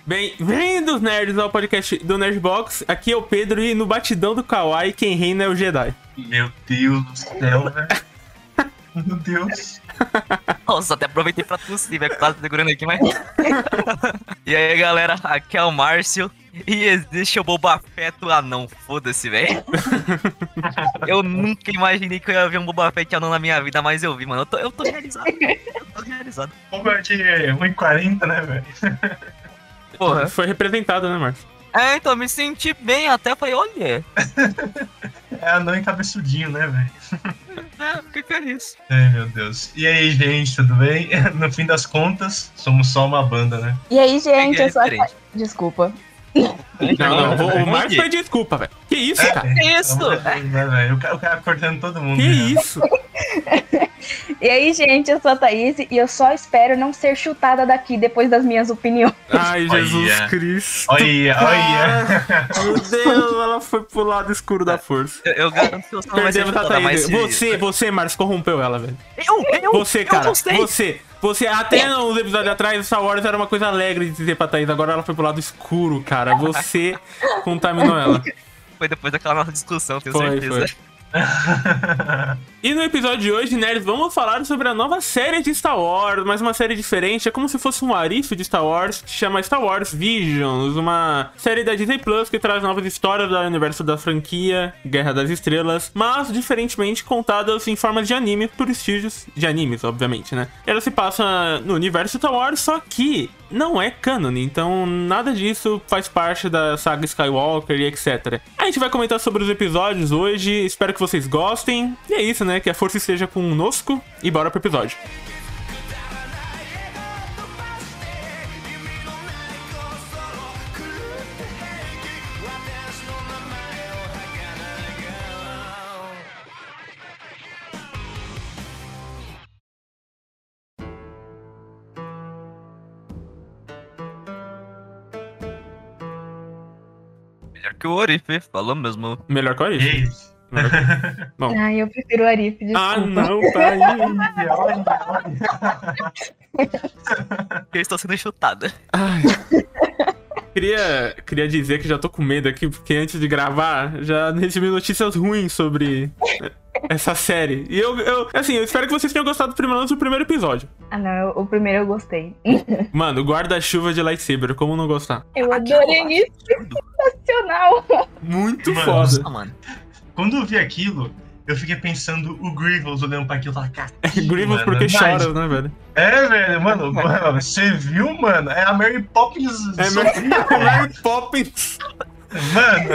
Bem-vindos, nerds, ao podcast do Nerdbox. Aqui é o Pedro e no batidão do Kawaii, quem reina é o Jedi. Meu Deus do céu, velho. Meu Deus. Nossa, até aproveitei pra tossir, velho. Quase segurando aqui, mas... E aí, galera, aqui é o Márcio. E existe o Boba Fett anão. Foda-se, velho. Eu nunca imaginei que eu ia ver um Boba Fett anão na minha vida, mas eu vi, mano. Eu tô realizado. Eu tô realizado. Boba de 1,40, né, velho? Porra. Foi representado, né, Márcio? É, então, me senti bem até. Falei, olha. É anão e cabeçudinho, né, velho? Fiquei feliz. Ai, meu Deus. E aí, gente, tudo bem? No fim das contas, somos só uma banda, né? E aí, gente, É eu sou a... diferente. Desculpa. Não, o Márcio pede desculpa, velho. Que isso, cara? Que isso? Pelo amor de Deus, né, velho? O cara cortando todo mundo. Que né? isso? E aí, gente, eu sou a Thaís e eu só espero não ser chutada daqui depois das minhas opiniões. Ai, Jesus Olha. Cristo. Olha. Meu Deus, ela foi pro lado escuro da força. Eu garanto que você não vai ser Perdemos a chutada, mas Thaís. Você, Márcio, corrompeu ela, velho. Eu Você, cara, gostei. você, até uns episódios atrás, Star Wars era uma coisa alegre de dizer pra Thaís, agora ela foi pro lado escuro, cara. Você contaminou ela. Foi depois daquela nossa discussão, tenho Foi, certeza. foi. E no episódio de hoje, nerds, vamos falar sobre a nova série de Star Wars, mas uma série diferente, é como se fosse um arife de Star Wars, que se chama Star Wars Visions, uma série da Disney Plus que traz novas histórias do universo da franquia Guerra das Estrelas, mas diferentemente contadas em formas de anime por estúdios de animes, obviamente, né? Ela se passa no universo Star Wars, só que não é canon, então nada disso faz parte da saga Skywalker e etc. A gente vai comentar sobre os episódios hoje, espero que vocês gostem. E é isso, né? Que a força esteja conosco e bora pro episódio. Melhor que o Orife, falou mesmo. Melhor que o Arife. Isso. Bom. Ai, eu prefiro o Arif, desculpa. Ah, não, tá aí. Eu estou sendo chutada. Ai. Queria dizer que já tô com medo aqui, porque antes de gravar, já recebi notícias ruins sobre essa série. E eu espero que vocês tenham gostado pelo menos do primeiro episódio. Ah, não, o primeiro eu gostei. Mano, guarda-chuva de lightsaber, como não gostar? Eu adorei isso, sensacional. Muito Mano, foda. Nossa, mano. Quando eu vi aquilo, eu fiquei pensando o Grievous olhando pra aquilo e falando, cara. Grievous mano, porque mas- chora, né, velho? É, velho, mano, você viu, mano? É a Mary Poppins. É Mary Poppins. Mano.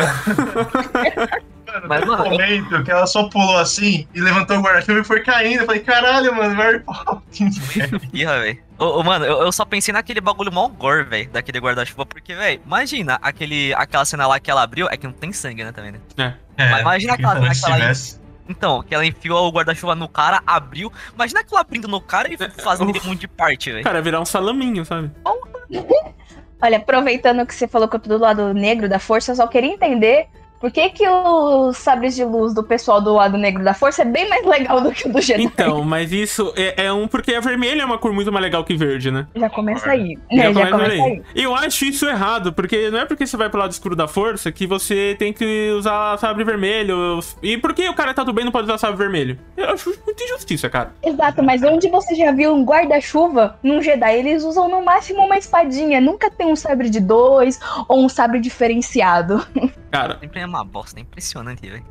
Mas, Teve um mano, momento que ela só pulou assim e levantou o guarda-chuva e foi caindo. Eu falei, caralho, mano, Mary Poppins, velho. Ih, velho. Mano, eu só pensei naquele bagulho mó gore, velho, daquele guarda-chuva, porque, velho, imagina aquela cena lá que ela abriu, é que não tem sangue, né, também, né? Mas imagina aquela- se aquela- tivesse. Então, que ela enfiou o guarda-chuva no cara, abriu, imagina aquilo abrindo no cara e fazendo ele um monte de parte, velho. Cara, virar um salaminho, sabe? Olha, aproveitando que você falou que eu tô do lado negro da força, eu só queria entender por que os sabres de luz do pessoal do lado negro da força é bem mais legal do que o do Jedi. Então, mas isso é porque a vermelha é uma cor muito mais legal que verde, né? Já começa aí. Já Já começa começa aí. Eu acho isso errado, porque não é porque você vai pro lado escuro da força que você tem que usar sabre vermelho. E por que o cara tá tudo bem não pode usar sabre vermelho? Eu acho muita injustiça, cara. Exato, mas onde você já viu um guarda-chuva num Jedi? Eles usam no máximo uma espadinha, nunca tem um sabre de 2 ou um sabre diferenciado. Cara, Sempre é uma bosta, é impressionante, velho.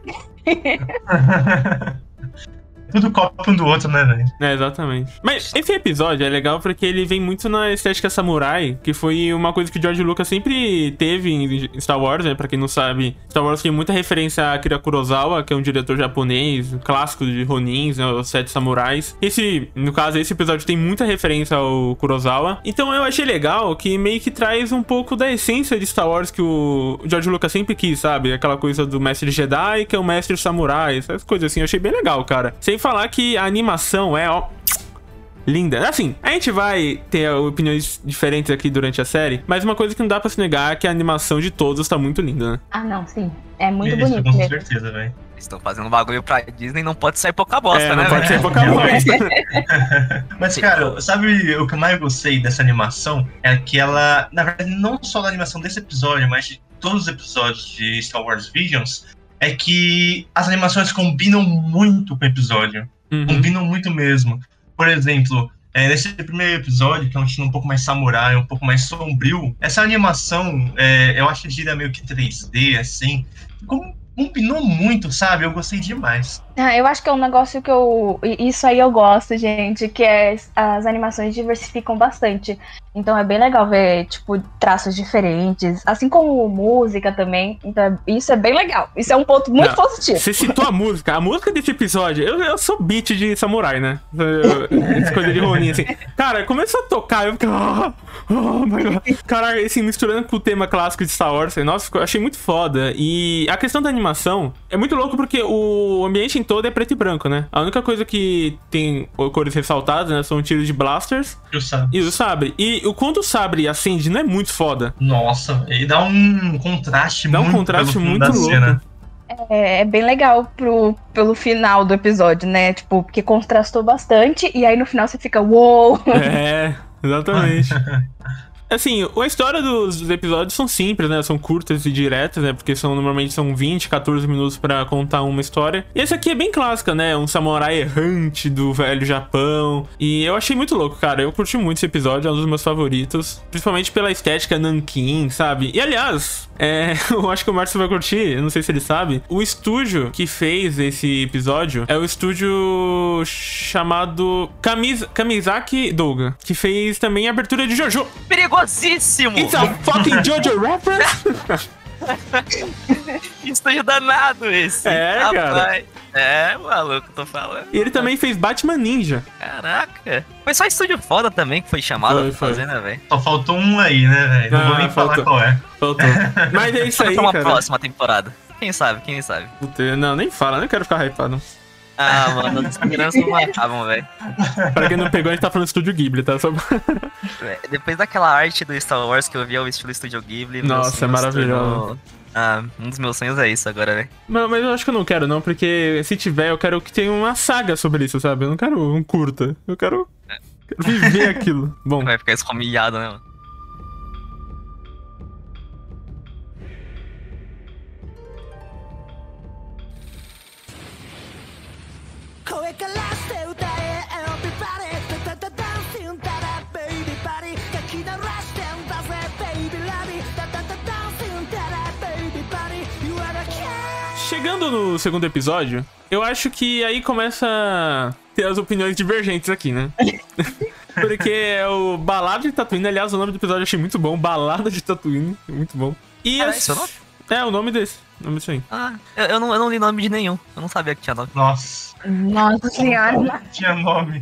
Tudo cópia um do outro, né, velho? exatamente. Mas esse episódio é legal porque ele vem muito na estética samurai, que foi uma coisa que o George Lucas sempre teve em Star Wars, né? Pra quem não sabe, Star Wars tem muita referência a Akira Kurosawa, que é um diretor japonês, um clássico de Ronins, né? Os Sete Samurais. No caso, esse episódio tem muita referência ao Kurosawa. Então eu achei legal que meio que traz um pouco da essência de Star Wars que o George Lucas sempre quis, sabe? Aquela coisa do mestre Jedi, que é o mestre samurai, essas coisas assim. Eu achei bem legal, cara. Sem falar que a animação é, ó, linda. Assim, a gente vai ter opiniões diferentes aqui durante a série, mas uma coisa que não dá pra se negar é que a animação de todos tá muito linda, né? Ah, não, sim. É muito Isso, bonito com mesmo. certeza, velho. Estão fazendo um bagulho pra Disney, não pode sair pouca bosta, né, não pode velho? ser pouca bosta. Mas, cara, sabe o que eu mais gostei dessa animação? É que ela, na verdade, não só da animação desse episódio, mas de todos os episódios de Star Wars Visions, é que as animações combinam muito com o episódio. Uhum. Combinam muito mesmo. Por exemplo, nesse primeiro episódio, que é um estilo um pouco mais samurai, um pouco mais sombrio, essa animação, eu acho que gira meio que 3D, assim, combinou muito, sabe? Eu gostei demais. Eu acho que é um negócio que isso aí eu gosto, gente, que as animações diversificam bastante. Então é bem legal ver, tipo, traços diferentes, assim como música também. Então isso é bem legal. Isso é um ponto muito positivo. Você citou a música desse episódio. Eu sou beat de samurai, né? Essa coisa de Ronin, assim. Cara, começou a tocar, eu fiquei... Oh my God. Cara, assim, misturando com o tema clássico de Star Wars, nossa, eu achei muito foda. E a questão da animação é muito louco porque o ambiente todo é preto e branco, né? A única coisa que tem cores ressaltadas, né, são tiros de blasters e o sabre. E o quando o sabre acende não é muito foda. Nossa, e dá um contraste muito louco. Cena. É bem legal pelo final do episódio, né? Tipo, porque contrastou bastante e aí no final você fica, uou! É, exatamente. Assim, a história dos episódios são simples, né? São curtas e diretas, né? Porque normalmente são 20, 14 minutos pra contar uma história. E esse aqui é bem clássica, né? Um samurai errante do velho Japão. E eu achei muito louco, cara. Eu curti muito esse episódio, é um dos meus favoritos. Principalmente pela estética nanquim, sabe? E, aliás, eu acho que o Márcio vai curtir, eu não sei se ele sabe. O estúdio que fez esse episódio é o estúdio chamado Kamizaki Douga, que fez também a abertura de Jojo. Perigosíssimo! It's a fucking Jojo reference! Estúdio danado esse. Cara. Maluco, tô falando. E ele também fez Batman Ninja. Caraca. Foi só estúdio foda também que foi chamado pra fazer, né, velho? Só faltou um aí, né, velho? Não vou nem falar qual é. Faltou. Mas é isso aí, uma cara. próxima temporada. Quem sabe? Puta, não, nem fala, não quero ficar hypado. Ah, mano, as esperanças não acabam, velho. Pra quem não pegou, a gente tá falando do Estúdio Ghibli, tá? Só... Depois daquela arte do Star Wars que eu vi ao estilo Estúdio Ghibli... Nossa, é maravilhoso. Um dos meus sonhos é isso agora, velho. Mas eu acho que eu não quero, não, porque se tiver, eu quero que tenha uma saga sobre isso, sabe? Eu não quero um curta. Eu quero viver aquilo. Bom. Vai ficar escomilhado, né, mano? Chegando no segundo episódio, eu acho que aí começa a ter as opiniões divergentes aqui, né? Porque é o Balada de Tatooine. Aliás, o nome do episódio eu achei muito bom. Balada de Tatooine. Muito bom. E esse é o nome? É, o nome desse. O nome disso aí. Eu não li nome de nenhum. Eu não sabia que tinha nome. Nossa Senhora. Tinha nome.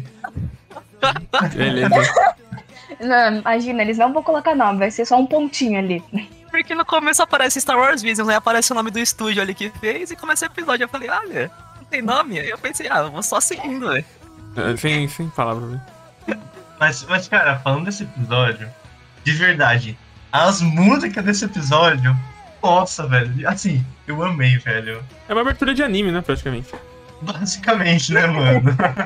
Beleza. Não, imagina, eles não vão colocar nome, vai ser só um pontinho ali. Porque no começo aparece Star Wars Visions, aí aparece o nome do estúdio ali que fez e começa o episódio. Eu falei, olha, não tem nome? Aí eu pensei, eu vou só seguindo, velho. Sem palavras, velho. Mas, cara, falando desse episódio, de verdade, as músicas desse episódio, nossa, velho, assim, eu amei, velho. É uma abertura de anime, né, praticamente. Basicamente, né, mano?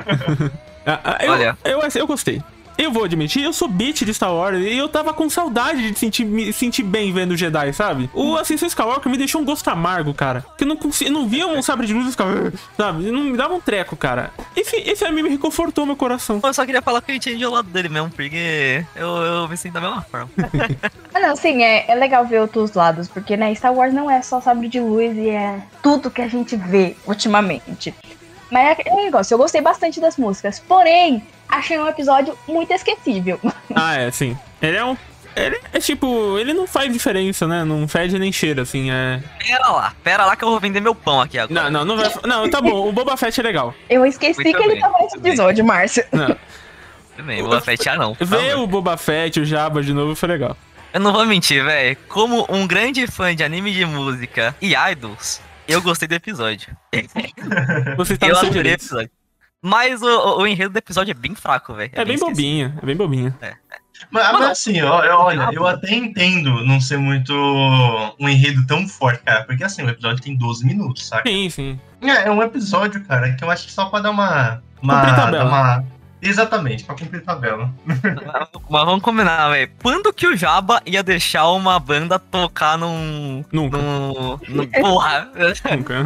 Olha, eu gostei. Eu vou admitir, eu sou beat de Star Wars e eu tava com saudade de me sentir bem vendo Jedi, sabe? O Ascensão Skywalker me deixou um gosto amargo, cara. Que eu não via um sabre de luz e ficava, sabe? Não me dava um treco, cara. Esse anime me reconfortou meu coração. Eu só queria falar que eu entendi o lado dele mesmo, porque eu me sinto da mesma forma. Não, sim, é legal ver outros lados, porque, né, Star Wars não é só sabre de luz e é tudo que a gente vê ultimamente. Mas é um negócio, eu gostei bastante das músicas, porém, achei um episódio muito esquecível. Sim. Ele é tipo, ele não faz diferença, né? Não fede nem cheira, assim, Pera lá que eu vou vender meu pão aqui agora. Não vai... Não, tá bom, o Boba Fett é legal. Eu esqueci muito que ele tava nesse episódio, Márcio. Não. Tudo bem, Boba Fett não. Ver o Boba Fett, o Jabba de novo foi legal. Eu não vou mentir, velho. Como um grande fã de anime de música e idols, eu gostei do episódio. Você tá no seu adorei o direito. episódio. Mas o enredo do episódio é bem fraco, velho. É bem bobinha. Mas assim, olha, eu até entendo não ser muito um enredo tão forte, cara, porque assim, o episódio tem 12 minutos, sabe? Sim, sim. É um episódio, cara, que eu acho que só pra dar Cumprir tabela. Exatamente, pra cumprir tabela. Mas vamos combinar, velho. Quando que o Jabba ia deixar uma banda tocar num... Nunca. Porra. Nunca.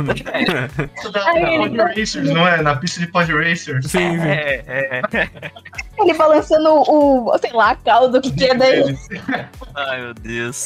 Pod Racers, não é? Na pista de Pod Racers. Sim, sim. Ele balançando sei lá, a cauda que tinha dele. Ai, meu Deus.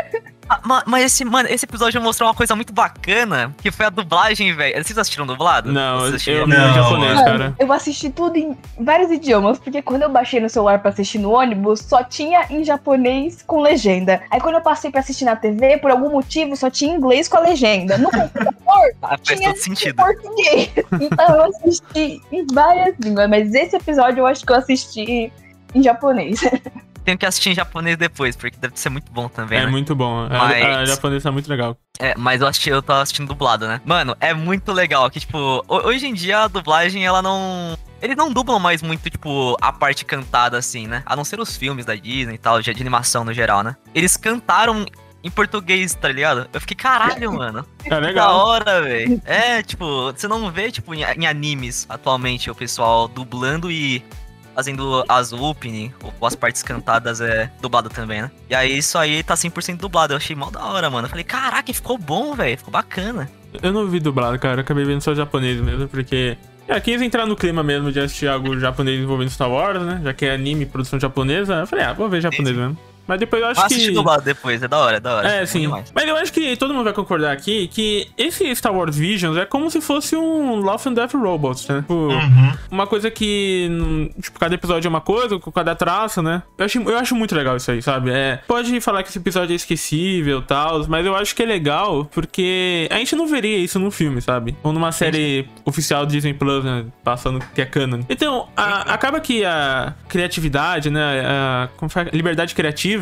Mas esse episódio mostrou uma coisa muito bacana, que foi a dublagem, velho. Vocês assistiram dublado? Não, eu Não, em japonês, cara. Eu assisti tudo em vários idiomas, porque quando eu baixei no celular pra assistir no ônibus, só tinha em japonês com legenda. Aí quando eu passei pra assistir na TV, por algum motivo, só tinha inglês com a legenda. No computador, Faz tinha todo sentido. português. Então eu assisti em várias línguas, mas esse episódio eu acho que eu assisti em japonês. Tenho que assistir em japonês depois, porque deve ser muito bom também, né? Muito bom. A japonesa é muito legal. Mas eu tava assistindo dublado, né? Mano, é muito legal que, tipo, hoje em dia a dublagem, ela não... Eles não dublam mais muito, tipo, a parte cantada, assim, né? A não ser os filmes da Disney e tal, de animação no geral, né? Eles cantaram em português, tá ligado? Eu fiquei, caralho, mano. É legal. Da hora, velho. Tipo, você não vê, tipo, em animes, atualmente, o pessoal dublando e... fazendo as opening, ou as partes cantadas dublado também, né? E aí isso aí tá 100% dublado. Eu achei mó da hora, mano. Eu falei, caraca, ficou bom, velho. Ficou bacana. Eu não vi dublado, cara. Eu acabei vendo só japonês mesmo, porque... quis entrar no clima mesmo de assistir algo japonês envolvendo Star Wars, né? Já que é anime, produção japonesa. Eu falei, vou ver japonês mesmo. Mas depois eu acho que... dublado depois, é da hora, é da hora. Sim. Mas eu acho que todo mundo vai concordar aqui que esse Star Wars Visions é como se fosse um Love and Death Robots, né? Tipo, uma coisa que... Tipo, cada episódio é uma coisa, com cada traço, né? Eu acho muito legal isso aí, sabe? Pode falar que esse episódio é esquecível e tal, mas eu acho que é legal porque a gente não veria isso num filme, sabe? Ou numa série oficial do Disney Plus, né? Passando que é canon. Então, acaba que a criatividade, né? A liberdade criativa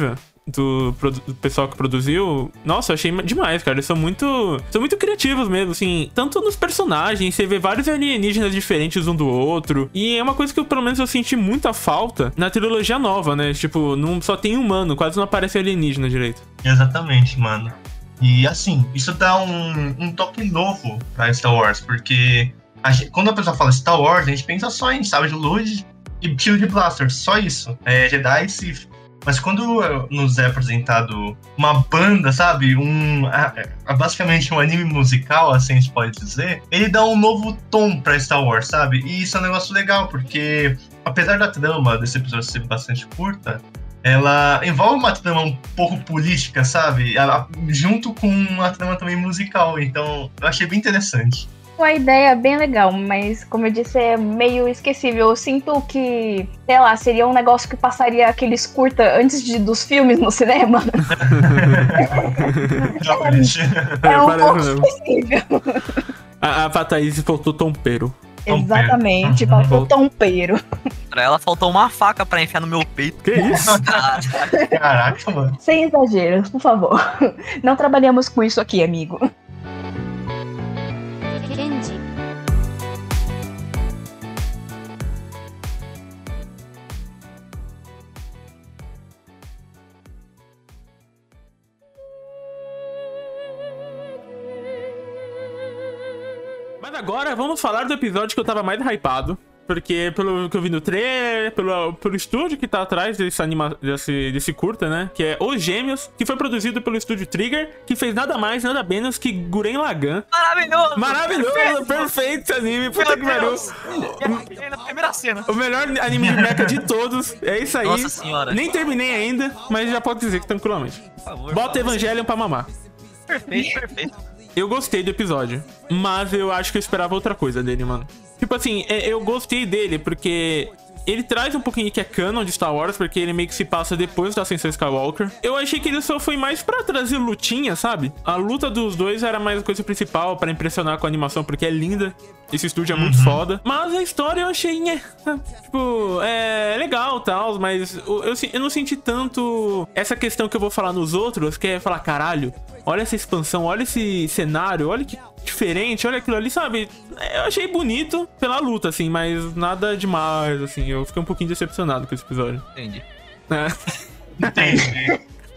do pessoal que produziu, nossa, eu achei demais, cara. Eles são muito criativos mesmo, assim, tanto nos personagens, você vê vários alienígenas diferentes um do outro, e é uma coisa que pelo menos eu senti muita falta na trilogia nova, né? Tipo, não só tem humano, quase não aparece alienígena direito. Exatamente, mano. E assim, isso dá um toque novo pra Star Wars, porque quando a pessoa fala Star Wars, a gente pensa só em sabre de luz e tiro de blaster, só isso. Jedi e Sith. Mas quando nos é apresentado uma banda, sabe? Basicamente um anime musical, assim a gente pode dizer, ele dá um novo tom pra Star Wars, sabe? E isso é um negócio legal, porque apesar da trama desse episódio ser bastante curta, ela envolve uma trama um pouco política, sabe? Junto com uma trama também musical. Então, eu achei bem interessante. Uma ideia bem legal, mas como eu disse, é meio esquecível. Eu sinto que, sei lá, seria um negócio que passaria aqueles curta antes dos filmes no cinema. É um pouco esquecível. A Thaís faltou tompeiro. Exatamente, faltou tompeiro. Pra ela faltou uma faca pra enfiar no meu peito. Que isso? Caraca, mano. Sem exageros, por favor. Não trabalhamos com isso aqui, amigo. Mas agora vamos falar do episódio que eu tava mais hypado. Porque pelo que eu vi no trailer, pelo estúdio que tá atrás desse curta, né? Que é Os Gêmeos, que foi produzido pelo estúdio Trigger, que fez nada mais, nada menos que Gurren Lagann. Maravilhoso! Maravilhoso! Perfeito esse anime, puta que pariu. Na primeira cena. O melhor anime de mecha de todos, é isso aí. Nossa senhora. Nem terminei ainda, mas já pode dizer que tranquilamente. Por favor. Bota Evangelion pra mamar. Perfeito, perfeito. Eu gostei do episódio, mas eu acho que eu esperava outra coisa dele, mano. Tipo assim, eu gostei dele porque ele traz um pouquinho que é canon de Star Wars, porque ele meio que se passa depois da Ascensão Skywalker. Eu achei que ele só foi mais pra trazer lutinha, sabe? A luta dos dois era mais a coisa principal, pra impressionar com a animação, porque é linda. Esse estúdio é muito foda. Mas a história eu achei, tipo, é legal e tal, mas eu não senti tanto essa questão que eu vou falar nos outros, que é falar, caralho, olha essa expansão, olha esse cenário, olha que diferente, olha aquilo ali, sabe? Eu achei bonito pela luta, assim, mas nada demais, assim. Eu fiquei um pouquinho decepcionado com esse episódio. Entendi. Entendi.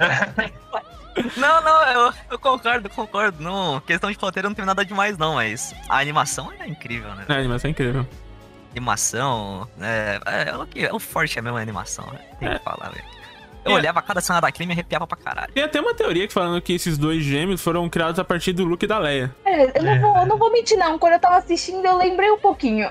Não, eu concordo. Não, questão de roteiro não tem nada demais, não, mas a animação é incrível, né? A animação é incrível. Animação, o forte é mesmo a animação, né? Tem que falar, velho. Eu É. olhava cada cena daquele e me arrepiava pra caralho. Tem até uma teoria que falando que esses dois gêmeos foram criados a partir do Luke e da Leia. Eu não vou mentir, não. Quando eu tava assistindo, eu lembrei um pouquinho.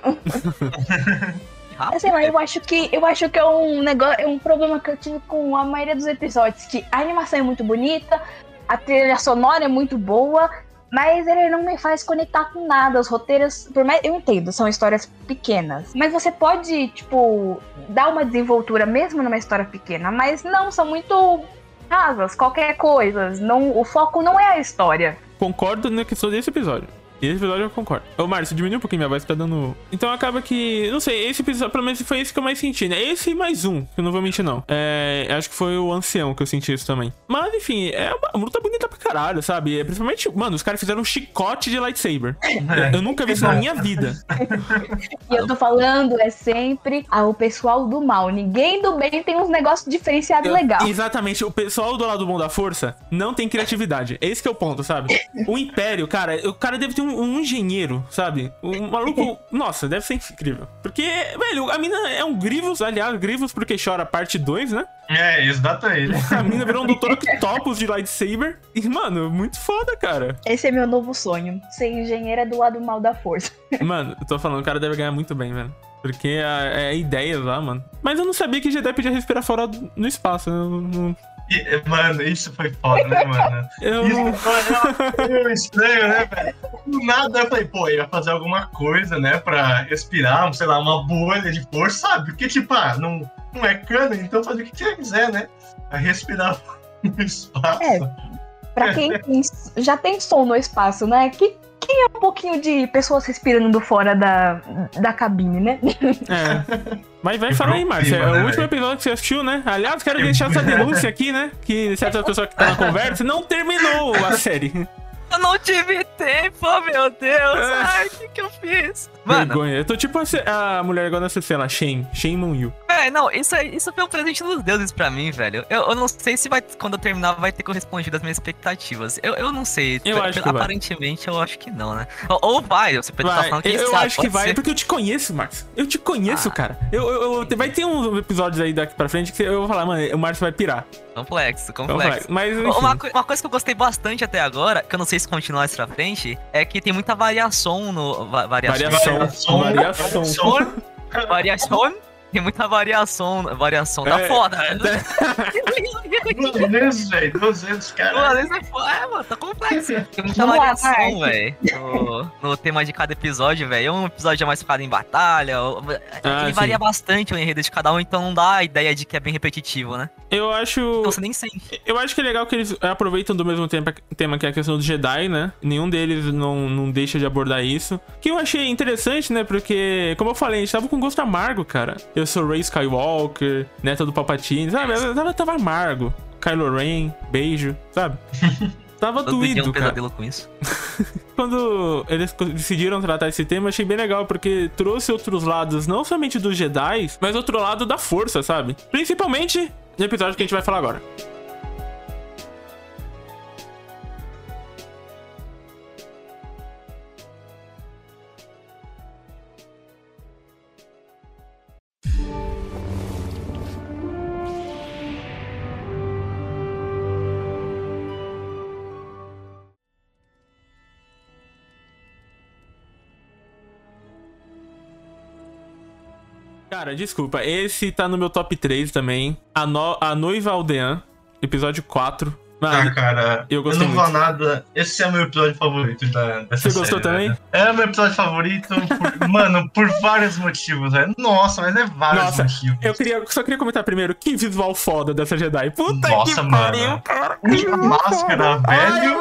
Sei lá, eu acho que é um negócio, é um problema que eu tive com a maioria dos episódios, que a animação é muito bonita, a trilha sonora é muito boa, mas ele não me faz conectar com nada. Os roteiros, por mais eu entendo, são histórias pequenas, mas você pode, tipo, dar uma desenvoltura mesmo numa história pequena, mas não, são muito rasas, qualquer coisa. Não, o foco não é a história. Concordo na questão desse episódio. Esse episódio eu concordo. Ô, Márcio, diminui um pouquinho minha voz, tá dando... Então acaba que... Não sei, esse episódio, pelo menos foi esse que eu mais senti, né? Esse e mais um, que eu não vou mentir, não. Acho que foi o Ancião que eu senti isso também. Mas, enfim, é uma luta bonita pra caralho, sabe? Principalmente, mano, os caras fizeram um chicote de lightsaber. Eu nunca vi isso na minha vida. E eu tô falando, é sempre o pessoal do mal. Ninguém do bem tem uns negócios diferenciados legal. Exatamente. O pessoal do lado bom da força não tem criatividade. Esse que é o ponto, sabe? O Império, cara, o cara deve ter um engenheiro, sabe? Um maluco... Nossa, deve ser incrível. Porque, velho, a mina é um Grievous, aliás, Grievous porque chora parte 2, né? Exatamente. A mina virou um Dr. Octopus de lightsaber. E, mano, muito foda, cara. Esse é meu novo sonho. Ser engenheira do lado mal da força. Mano, eu tô falando, o cara deve ganhar muito bem, velho. Porque a ideia lá, mano. Mas eu não sabia que Jedi podia respirar fora no espaço. Mano, isso foi foda, né, mano? Isso foi estranho, né, velho? Do nada eu falei, pô, ele vai fazer alguma coisa, né, pra respirar, sei lá, uma bolha de força, sabe? Porque, tipo, não é cano, então faz o que você quiser, né? A respirar no espaço. Pra quem já tem som no espaço, né? Quem é um pouquinho de pessoas respirando do fora da cabine, né? Mas vai falar aí, Márcio. É o último episódio que você assistiu, né? Aliás, quero deixar essa denúncia aqui, né? Que certa pessoa que tá na conversa não terminou a série. Eu não tive tempo, meu Deus. Ai, o que eu fiz? Mano, vergonha. Eu tô tipo a mulher igual nessa cena, Shame on you. Não, isso foi um presente dos deuses pra mim, velho. Eu não sei se quando eu terminar vai ter correspondido às minhas expectativas. Eu não sei. Eu acho que aparentemente eu acho que não, né? Ou vai, você pode estar falando que eu sabe, acho que vai, ser. porque eu te conheço, Marcos. Eu te conheço, cara. Vai ter uns episódios aí daqui pra frente que eu vou falar, mano, o Márcio vai pirar. Complexo. Mas, uma coisa que eu gostei bastante até agora, que eu não sei se continuar mais pra frente, é que tem muita variação no... Variação. Tem muita variação. Tá foda. Duas vezes, cara. Mano, tá complexo. Tem muita variação, velho. No tema de cada episódio, velho. Um episódio é mais focado em batalha. Ele varia bastante o enredo de cada um, então não dá a ideia de que é bem repetitivo, né? Eu acho... Então você nem sente. Eu acho que é legal que eles aproveitam do mesmo tema que é a questão do Jedi, né? Nenhum deles não deixa de abordar isso. Que eu achei interessante, né? Porque, como eu falei, a gente tava com gosto amargo, cara. Eu sou Rey Skywalker, neta do Palpatine, sabe? Eu tava amargo. Kylo Ren, beijo, sabe? Tava doído, um cara. pesadelo com isso. Quando eles decidiram tratar esse tema, achei bem legal, porque trouxe outros lados, não somente dos Jedi, mas outro lado da força, sabe? Principalmente no episódio que a gente vai falar agora. Cara, desculpa, esse tá no meu top 3 também. A Noiva Aldeã, episódio 4. Mano, cara, eu não vou nada. Esse é o meu episódio favorito dessa série. Você gostou também? Velho. É o meu episódio favorito, mano, por vários motivos, velho. Nossa, mas é vários motivos. Eu só queria comentar primeiro, que visual foda dessa Jedi. Puta Nossa, que pariu, mano. Cara. Que máscara, velho.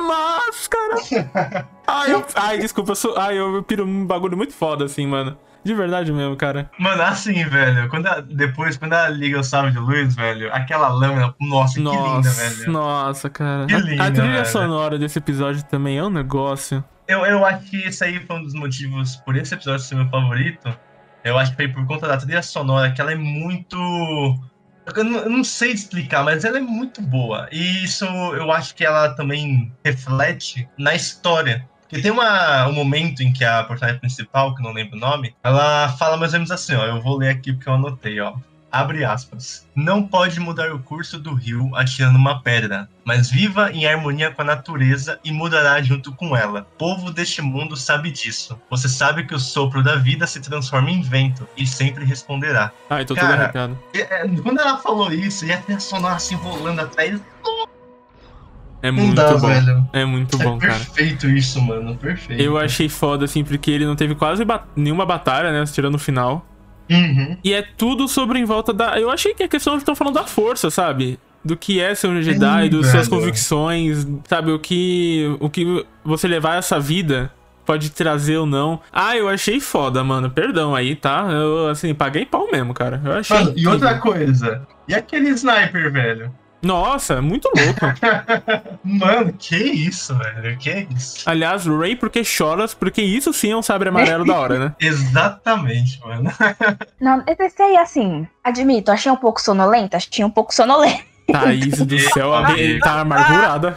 Ai, máscara. Desculpa, eu piro um bagulho muito foda, assim, mano. De verdade mesmo, cara. Mano, assim, velho, quando ela liga o sabre de luz, velho, aquela lâmina, nossa, que linda, velho. Nossa, cara. Que linda, a trilha velho. sonora desse episódio também é um negócio. Eu acho que esse aí foi um dos motivos por esse episódio ser meu favorito. Eu acho que foi por conta da trilha sonora, que ela é muito Eu não sei explicar, mas ela é muito boa. E isso eu acho que ela também reflete na história. Porque tem um momento em que a personagem principal, que eu não lembro o nome, ela fala mais ou menos assim, ó. Eu vou ler aqui porque eu anotei, ó. Abre aspas. Não pode mudar o curso do rio atirando uma pedra, mas viva em harmonia com a natureza e mudará junto com ela. Povo deste mundo sabe disso. Você sabe que o sopro da vida se transforma em vento e sempre responderá. Ai, tô todo arrepiado. Quando ela falou isso, e a trilha sonora se enrolando atrás... É muito bom. Velho. É muito bom, cara. Perfeito isso, mano. Perfeito. Eu achei foda, assim, porque ele não teve quase nenhuma batalha, né? Tirando o final. Uhum. E é tudo sobre em volta da... Eu achei que a questão estão falando da força, sabe? Do que é ser um Jedi, das suas convicções, sabe? O que você levar essa vida pode trazer ou não. Ah, eu achei foda, mano. Perdão aí, tá? Eu, assim, paguei pau mesmo, cara. Eu achei... Mano, e outra coisa. E aquele sniper, velho? Nossa, muito louco. Mano, que isso, velho? Que isso? Aliás, Rey, porque choras? Porque isso sim é um sabre amarelo da hora, né? Exatamente, mano. Não, esse aí, assim, admito, achei um pouco sonolenta. Achei um pouco sonolenta. Thaís do céu, ele tá amargurada.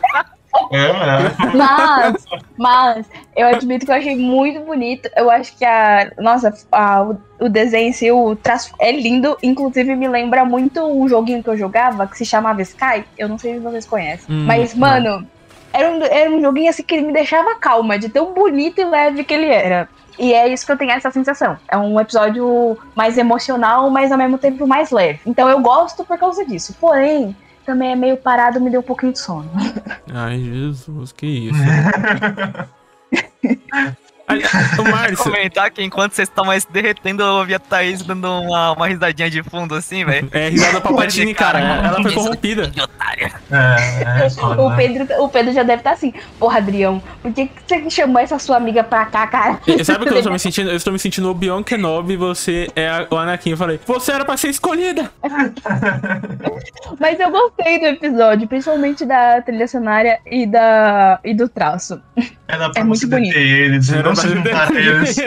Mas eu admito que eu achei muito bonito. Eu acho que o desenho em si, o traço é lindo. Inclusive me lembra muito um joguinho que eu jogava que se chamava Sky. Eu não sei se vocês conhecem. Mas, mano, era um joguinho assim que me deixava calma, de tão bonito e leve que ele era. E é isso que eu tenho essa sensação. É um episódio mais emocional, mas ao mesmo tempo mais leve. Então eu gosto por causa disso. Porém, também é meio parado, me deu um pouquinho de sono. Ai, Jesus, que isso. O Márcio... comentar que enquanto vocês estavam aí se derretendo, eu ouvi a Thaís dando uma risadinha de fundo assim, velho. É, risada Palpatine, cara. Ela foi corrompida. O Pedro já deve estar assim. Porra, Adrião, por que você chamou essa sua amiga pra cá, cara? Sabe o que eu estou me sentindo? Eu estou me sentindo o Obi-Wan Kenobi e você é o Anakin. Eu falei, você era pra ser escolhida. Mas eu gostei do episódio, principalmente da trilha sonora e do traço. Era pra muito bonito. Eles, não se juntar eles.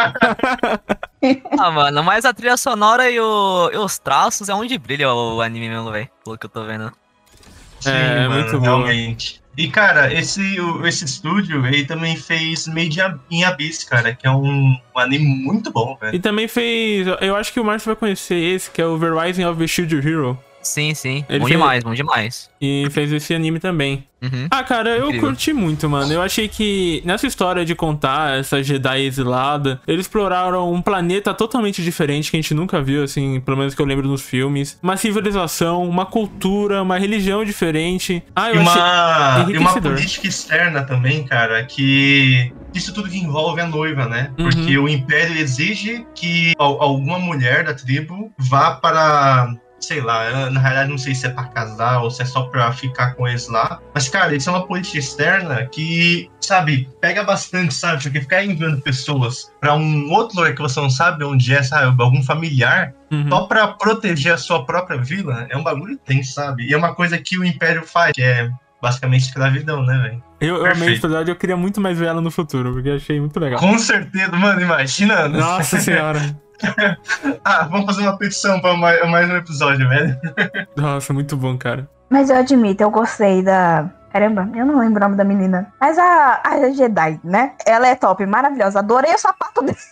Ah, mano, mas a trilha sonora e os traços é onde brilha o anime mesmo, velho. Pelo que eu tô vendo. Sim, mano, muito realmente. Bom. E, cara, esse estúdio, ele também fez Made in Abyss, cara, que é um anime muito bom, velho. E também fez... Eu acho que o Márcio vai conhecer esse, que é o The Rising of the Shield Hero. Sim, sim. Ele bom fez... demais, bom demais. E fez esse anime também. Uhum. Ah, cara, eu curti muito, mano. Eu achei que nessa história de contar essa Jedi exilada, eles exploraram um planeta totalmente diferente que a gente nunca viu, assim, pelo menos que eu lembro nos filmes. Uma civilização, uma cultura, uma religião diferente. Ah, eu achei e uma política externa também, cara, que... Isso tudo que envolve a noiva, né? Porque o Império exige que alguma mulher da tribo vá para... Sei lá, na realidade não sei se é pra casar ou se é só pra ficar com eles lá. Mas, cara, isso é uma política externa que, sabe, pega bastante, sabe? Porque ficar enviando pessoas pra um outro lugar que você não sabe onde é, sabe? Algum familiar, só pra proteger a sua própria vila, é um bagulho tenso, sabe? E é uma coisa que o Império faz, que é basicamente escravidão, né, velho? Eu amei esse episódio, eu queria muito mais ver ela no futuro, porque eu achei muito legal. Com certeza, mano, imagina. Nossa senhora. Vamos fazer uma petição pra mais um episódio, velho. Nossa, muito bom, cara. Mas eu admito, eu gostei da... Caramba, eu não lembro o nome da menina. Mas a Jedi, né? Ela é top, maravilhosa. Adorei o sapato dela.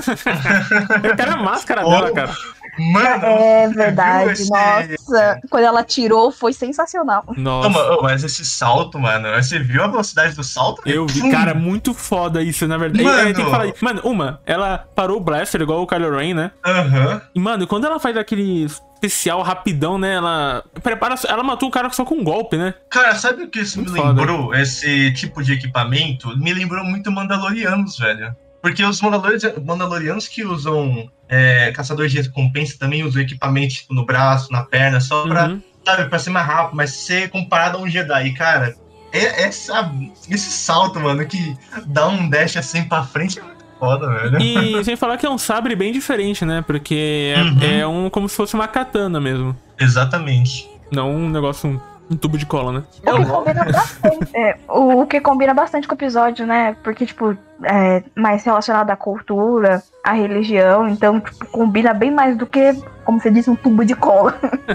Eu quero a máscara dela, cara. Mano, é verdade, nossa. Quando ela tirou, foi sensacional. Nossa. Mas esse salto, mano, você viu a velocidade do salto? Eu vi, cara, muito foda isso, na verdade. Tem que falar isso. Mano, ela parou o blaster igual o Kylo Ren, né? E, mano, quando ela faz aquele especial rapidão, né? Ela matou o cara só com um golpe, né? Cara, sabe o que isso muito me lembrou? Foda. Esse tipo de equipamento me lembrou muito Mandalorianos, velho. Porque os Mandalorianos que usam caçadores de recompensa também usam equipamento tipo, no braço, na perna, só pra, sabe, pra ser mais rápido, mas ser comparado a um Jedi. E, cara, esse salto, mano, que dá um dash assim pra frente é muito foda, velho. E sem falar que é um sabre bem diferente, né? Porque é como se fosse uma katana mesmo. Exatamente. Não um negócio... Um tubo de cola, né? O que combina bastante. O que combina bastante com o episódio, né? Porque, tipo, é mais relacionado à cultura, à religião. Então, tipo, combina bem mais do que como você disse, um tubo de cola.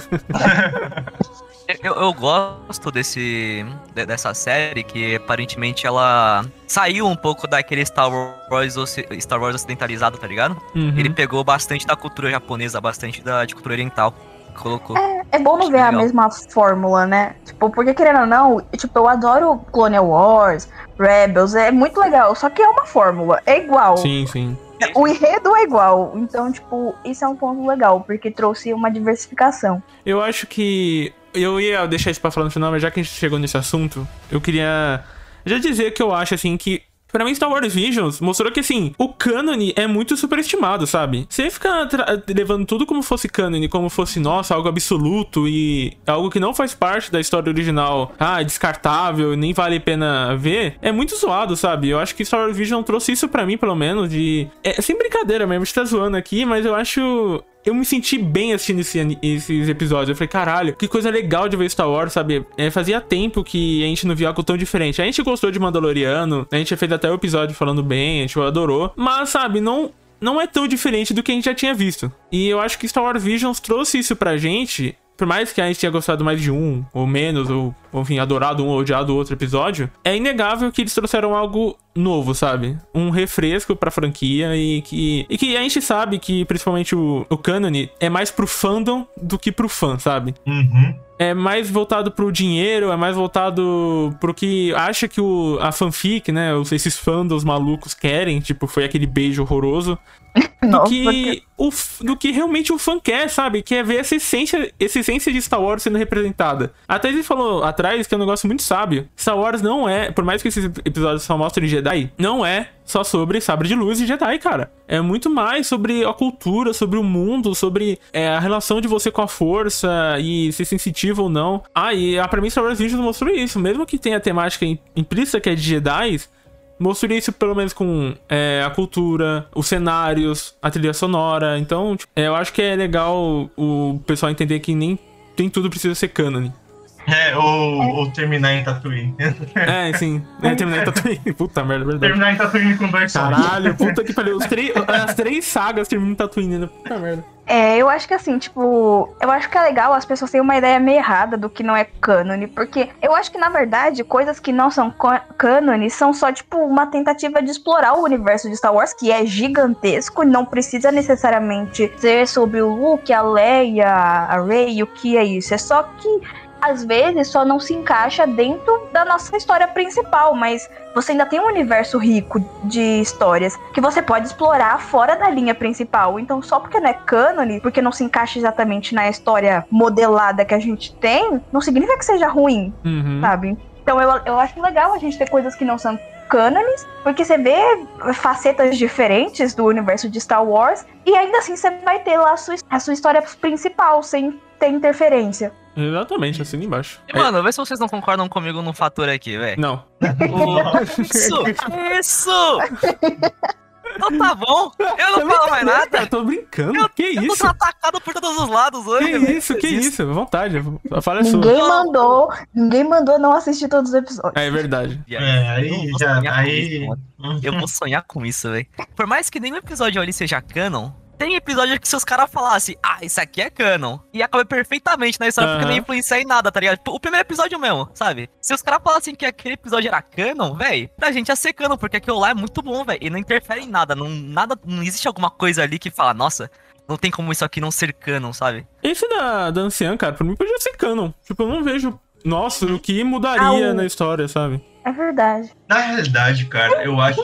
Eu gosto dessa série, que aparentemente ela saiu um pouco daquele Star Wars ocidentalizado, tá ligado? Uhum. Ele pegou bastante da cultura japonesa, bastante de cultura oriental. Colocou. É bom não ver a mesma fórmula, né? Tipo, porque querendo ou não, tipo, eu adoro Clone Wars, Rebels, é muito legal, só que é uma fórmula, é igual. Sim, sim. O enredo é igual, então, tipo, isso é um ponto legal, porque trouxe uma diversificação. Eu acho que... Eu ia deixar isso pra falar no final, mas já que a gente chegou nesse assunto, eu queria já dizer que eu acho, assim, que... Pra mim, Star Wars Visions mostrou que, assim, o cânone é muito superestimado, sabe? Você fica levando tudo como fosse cânone, como fosse, nossa, algo absoluto e algo que não faz parte da história original, descartável, nem vale a pena ver, é muito zoado, sabe? Eu acho que Star Wars Visions trouxe isso pra mim, pelo menos, de... sem brincadeira mesmo, a gente tá zoando aqui, mas eu acho... Eu me senti bem assistindo esses episódios. Eu falei, caralho, que coisa legal de ver Star Wars, sabe? Fazia tempo que a gente não via algo tão diferente. A gente gostou de Mandaloriano, a gente fez até o episódio falando bem, a gente adorou. Mas, sabe, não é tão diferente do que a gente já tinha visto. E eu acho que Star Wars Visions trouxe isso pra gente. Por mais que a gente tenha gostado mais de um, ou menos, ou enfim, adorado um ou odiado outro episódio, é inegável que eles trouxeram algo novo, sabe? Um refresco pra franquia e que a gente sabe que, principalmente o cânone, é mais pro fandom do que pro fã, sabe? Uhum. É mais voltado pro dinheiro, é mais voltado pro que acha que a fanfic, né? Esses fandoms malucos querem, tipo, foi aquele beijo horroroso. Do que realmente o fã quer, sabe? Que é ver essa essência de Star Wars sendo representada. Até ele falou atrás que é um negócio muito sábio. Star Wars não é, por mais que esses episódios só mostrem Jedi, não é só sobre sabre de luz e Jedi, cara. É muito mais sobre a cultura, sobre o mundo, sobre a relação de você com a força e ser sensitivo ou não. E pra mim Star Wars Visions mostrou isso. Mesmo que tenha a temática implícita que é de Jedi, mostrei isso pelo menos com a cultura, os cenários, a trilha sonora. Então, eu acho que é legal o pessoal entender que nem tudo precisa ser cânone. Ou terminar em Tatooine. Sim. Terminar em Tatooine. Puta merda, verdade. Terminar em Tatooine com 2 sons. Caralho, puta que pariu. As 3 sagas terminam em Tatooine, né? Puta merda. Eu acho que assim, tipo... Eu acho que é legal as pessoas terem uma ideia meio errada do que não é cânone. Porque eu acho que, na verdade, coisas que não são cânone são só, tipo, uma tentativa de explorar o universo de Star Wars, que é gigantesco. Não precisa necessariamente ser sobre o Luke, a Leia, a Rey, o que é isso. É só que... às vezes só não se encaixa dentro da nossa história principal, mas você ainda tem um universo rico de histórias que você pode explorar fora da linha principal. Então, só porque não é cânone, porque não se encaixa exatamente na história modelada que a gente tem, não significa que seja ruim, sabe? Então, eu acho legal a gente ter coisas que não são cânones, porque você vê facetas diferentes do universo de Star Wars e ainda assim você vai ter lá a sua história principal, sem ter interferência. Exatamente, assim embaixo. Mano, vê se vocês não concordam comigo num fator aqui, velho. Não. Isso! Então tá bom, eu não falo mais nada. Eu tô brincando, que isso? Eu tô sendo atacado por todos os lados hoje, velho. Que isso, à vontade, a fala é sua. Ninguém mandou não assistir todos os episódios. É verdade. Eu vou sonhar com isso, velho. Por mais que nenhum episódio ali seja canon, tem episódio que se os caras falassem, isso aqui é canon, e acaba perfeitamente na história, porque não influencia em nada, tá ligado? O primeiro episódio mesmo, sabe? Se os caras falassem que aquele episódio era canon, velho, pra gente ia ser canon, porque aquilo lá é muito bom, velho, e não interfere em nada, não existe alguma coisa ali que fala, nossa, não tem como isso aqui não ser canon, sabe? Esse da anciã, cara, pra mim podia ser canon. Tipo, eu não vejo, nossa, o que mudaria na história, sabe? É verdade. Na realidade, cara, eu acho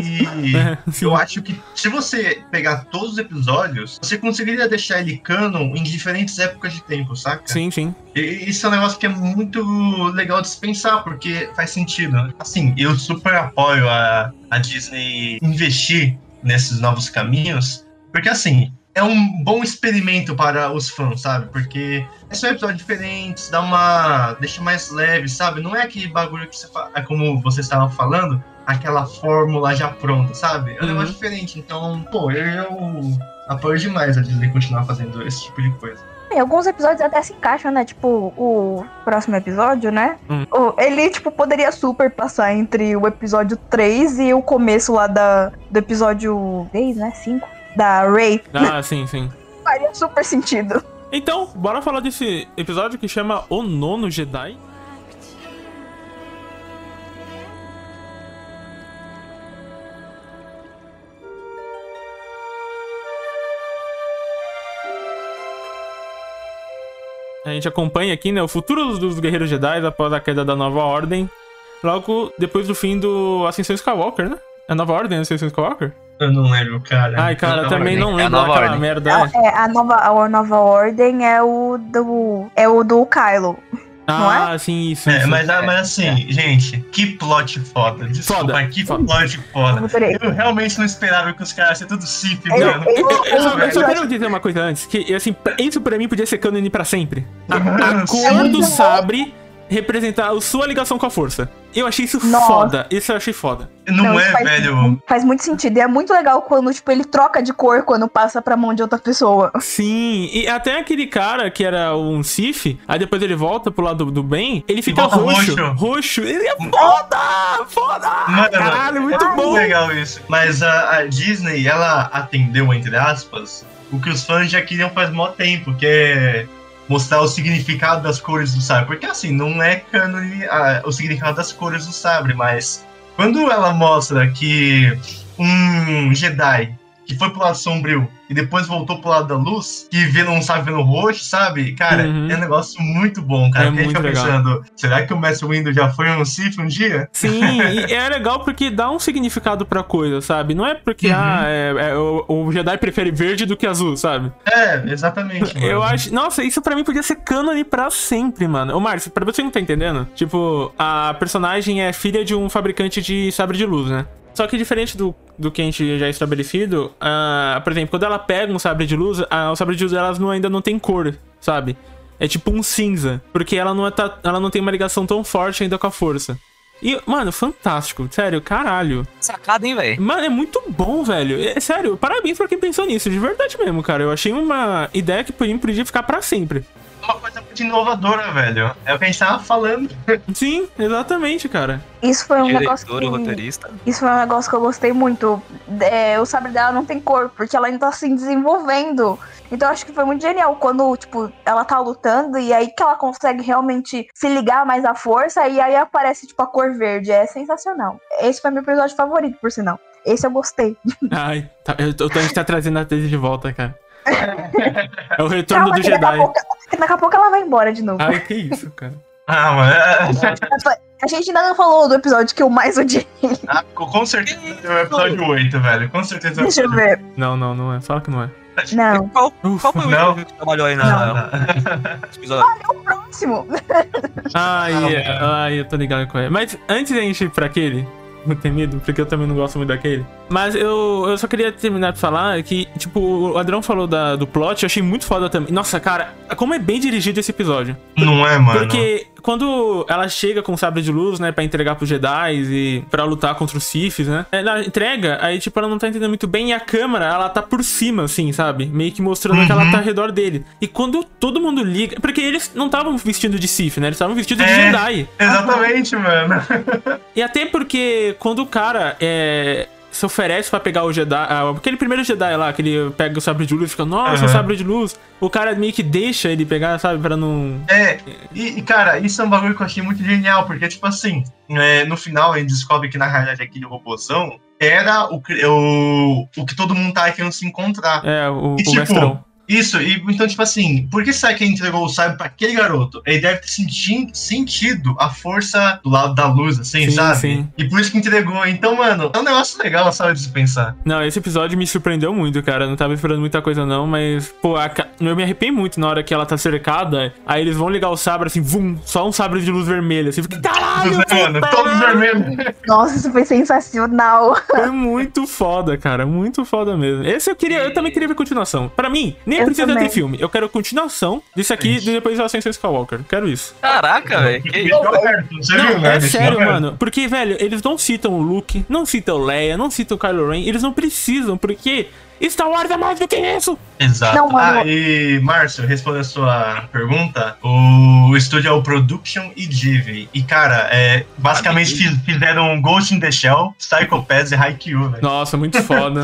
que se você pegar todos os episódios, você conseguiria deixar ele canon em diferentes épocas de tempo, saca? Sim, sim. E isso é um negócio que é muito legal de se pensar, porque faz sentido. Assim, eu super apoio a Disney investir nesses novos caminhos, porque assim, é um bom experimento para os fãs, sabe? Porque são episódios diferentes, deixa mais leve, sabe? Não é aquele bagulho que você fala, como você estava falando, aquela fórmula já pronta, sabe? É um negócio diferente. Então, eu apoio demais a Disney continuar fazendo esse tipo de coisa. Alguns episódios até se encaixam, né? Tipo, o próximo episódio, né? Ele, tipo, poderia super passar entre o episódio 3 e o começo lá do episódio 10, né? 5. Da Rey. Sim. faria super sentido. Então, bora falar desse episódio que chama O Nono Jedi. A gente acompanha aqui, né, o futuro dos Guerreiros Jedi após a queda da Nova Ordem, logo depois do fim do Ascensão Skywalker, né? É a Nova Ordem, a Ascensão Skywalker? Eu não lembro, cara. Ai, cara, também não É a lembro Nova daquela Ordem. merda. A nova ordem é o do Kylo. Não Ah, sim, isso. É, isso. mas assim, gente, que plot foda. Desculpa, Foda, que foda. plot foda. Eu adorei. Eu realmente não esperava que os caras iam ser tudo Sith, Eu- mano. Eu só quero dizer uma coisa antes, que assim, isso pra mim podia ser cânone pra sempre. A cor do sabre representar a sua ligação com a força. Eu achei isso Nossa. foda. Isso eu achei foda. Não isso é, velho. Faz muito sentido. E é muito legal quando, tipo, ele troca de cor quando passa pra mão de outra pessoa. Sim, e até aquele cara que era um Sith, aí depois ele volta pro lado do bem, ele fica volta roxo. roxo. Roxo. Ele é foda! Foda! Mano, Caralho, muito é bom! legal isso. Mas a Disney, ela atendeu, entre aspas, o que os fãs já queriam faz mó tempo, que é mostrar o significado das cores do sabre. Porque assim, não é cânone o significado das cores do sabre, mas quando ela mostra que um Jedi que foi pro lado sombrio e depois voltou pro lado da luz, que não sabe vendo roxo, sabe? Cara, Uhum. é um negócio muito bom, cara. É Porque a gente muito fica legal. pensando, será que o Mestre Windu já foi um Sith um dia? Sim, e é legal porque dá um significado pra coisa, sabe? Não é porque o Jedi prefere verde do que azul, sabe? É, exatamente. Mano. Eu acho. Nossa, isso pra mim podia ser cânone pra sempre, mano. Ô, Márcio, pra você não tá entendendo? Tipo, a personagem é filha de um fabricante de sabre de luz, né? Só que diferente do que a gente já é estabelecido, por exemplo, quando ela pega um sabre de luz, o sabre de luz dela ainda não tem cor, sabe? É tipo um cinza. Porque ela não tem uma ligação tão forte ainda com a força. E, mano, fantástico. Sério, caralho. Sacada, hein, velho? Mano, é muito bom, velho. É sério, parabéns pra quem pensou nisso. De verdade mesmo, cara. Eu achei uma ideia que podia ficar pra sempre. Uma coisa muito inovadora, velho. É o que a gente tava falando. Sim, exatamente, cara. Isso foi um negócio Diretor, o roteirista. Isso foi um negócio que eu gostei muito. O sabre dela não tem cor, porque ela ainda tá se desenvolvendo. Então eu acho que foi muito genial quando, tipo, ela tá lutando e aí que ela consegue realmente se ligar mais à força e aí aparece, tipo, a cor verde. É sensacional. Esse foi meu episódio favorito, por sinal. Esse eu gostei. Ai, a gente tá trazendo a tese de volta, cara. É o retorno do que Jedi. daqui a pouco ela vai embora de novo. Ai, que isso, cara. Ah, mano. A gente ainda não falou do episódio que eu mais odiei. Com certeza é o episódio 8, velho. Com certeza é o Deixa eu episódio ver. Não é. Fala que não é. Não. Qual foi o Não. último que trabalhou aí Não. nesse episódio? Próximo. Ai, eu tô ligado com ele. Mas antes da gente ir pra aquele, muito temido, porque eu também não gosto muito daquele. Mas eu só queria terminar de falar que, tipo, o Adrão falou do plot, eu achei muito foda também. Nossa, cara, como é bem dirigido esse episódio. Não é, mano. Porque quando ela chega com o sabre de luz, né, pra entregar pros Jedi e pra lutar contra os Siths, né, ela entrega, aí, tipo, ela não tá entendendo muito bem e a câmera, ela tá por cima, assim, sabe? Meio que mostrando que ela tá ao redor dele. E quando todo mundo liga... Porque eles não estavam vestindo de Sith, né? Eles estavam vestidos de Jedi. Exatamente, mano. E até porque quando o cara se oferece pra pegar o Jedi... aquele primeiro Jedi lá, que ele pega o sabre de luz e fica... Nossa, o sabre de luz. O cara meio que deixa ele pegar, sabe? Pra não... E, cara, isso é um bagulho que eu achei muito genial, porque, tipo assim, no final a gente descobre que, na realidade, aquele robôzão era o que todo mundo tava querendo se encontrar. O E, tipo, mestrão. Isso, e então, tipo assim, por que será que ele entregou o sabre pra aquele garoto? Ele deve ter sentido a força do lado da luz, assim, Sim, sabe? sim. E por isso que entregou. Então, mano, é um negócio legal, sabe, de se pensar. Não, esse episódio me surpreendeu muito, cara. Eu não tava esperando muita coisa, não, mas, pô, eu me arrepiei muito na hora que ela tá cercada. Aí eles vão ligar o sabre assim, vum, só um sabre de luz vermelha. Assim, fica, caralho, Mano, todos vermelhos. Nossa, isso foi sensacional. Foi muito foda, cara. Muito foda mesmo. Esse eu também queria ver continuação. Pra mim, nem Eu precisa também. ter filme. Eu quero continuação disso aqui e depois da Ascensão Skywalker. Quero isso. Caraca, velho. Que isso? Você viu, Não, né? é Deixa sério, eu ver. mano. Porque, velho, eles não citam o Luke, não citam o Leia, não citam o Kylo Ren. Eles não precisam, porque Star Wars é mais do que isso. Exato. Não, mano. E, Márcio, respondendo a sua pergunta, o estúdio é o Production e Divi. E, cara, basicamente fizeram Ghost in the Shell, Psycho Pass e Haikyuu, né? Nossa, muito foda.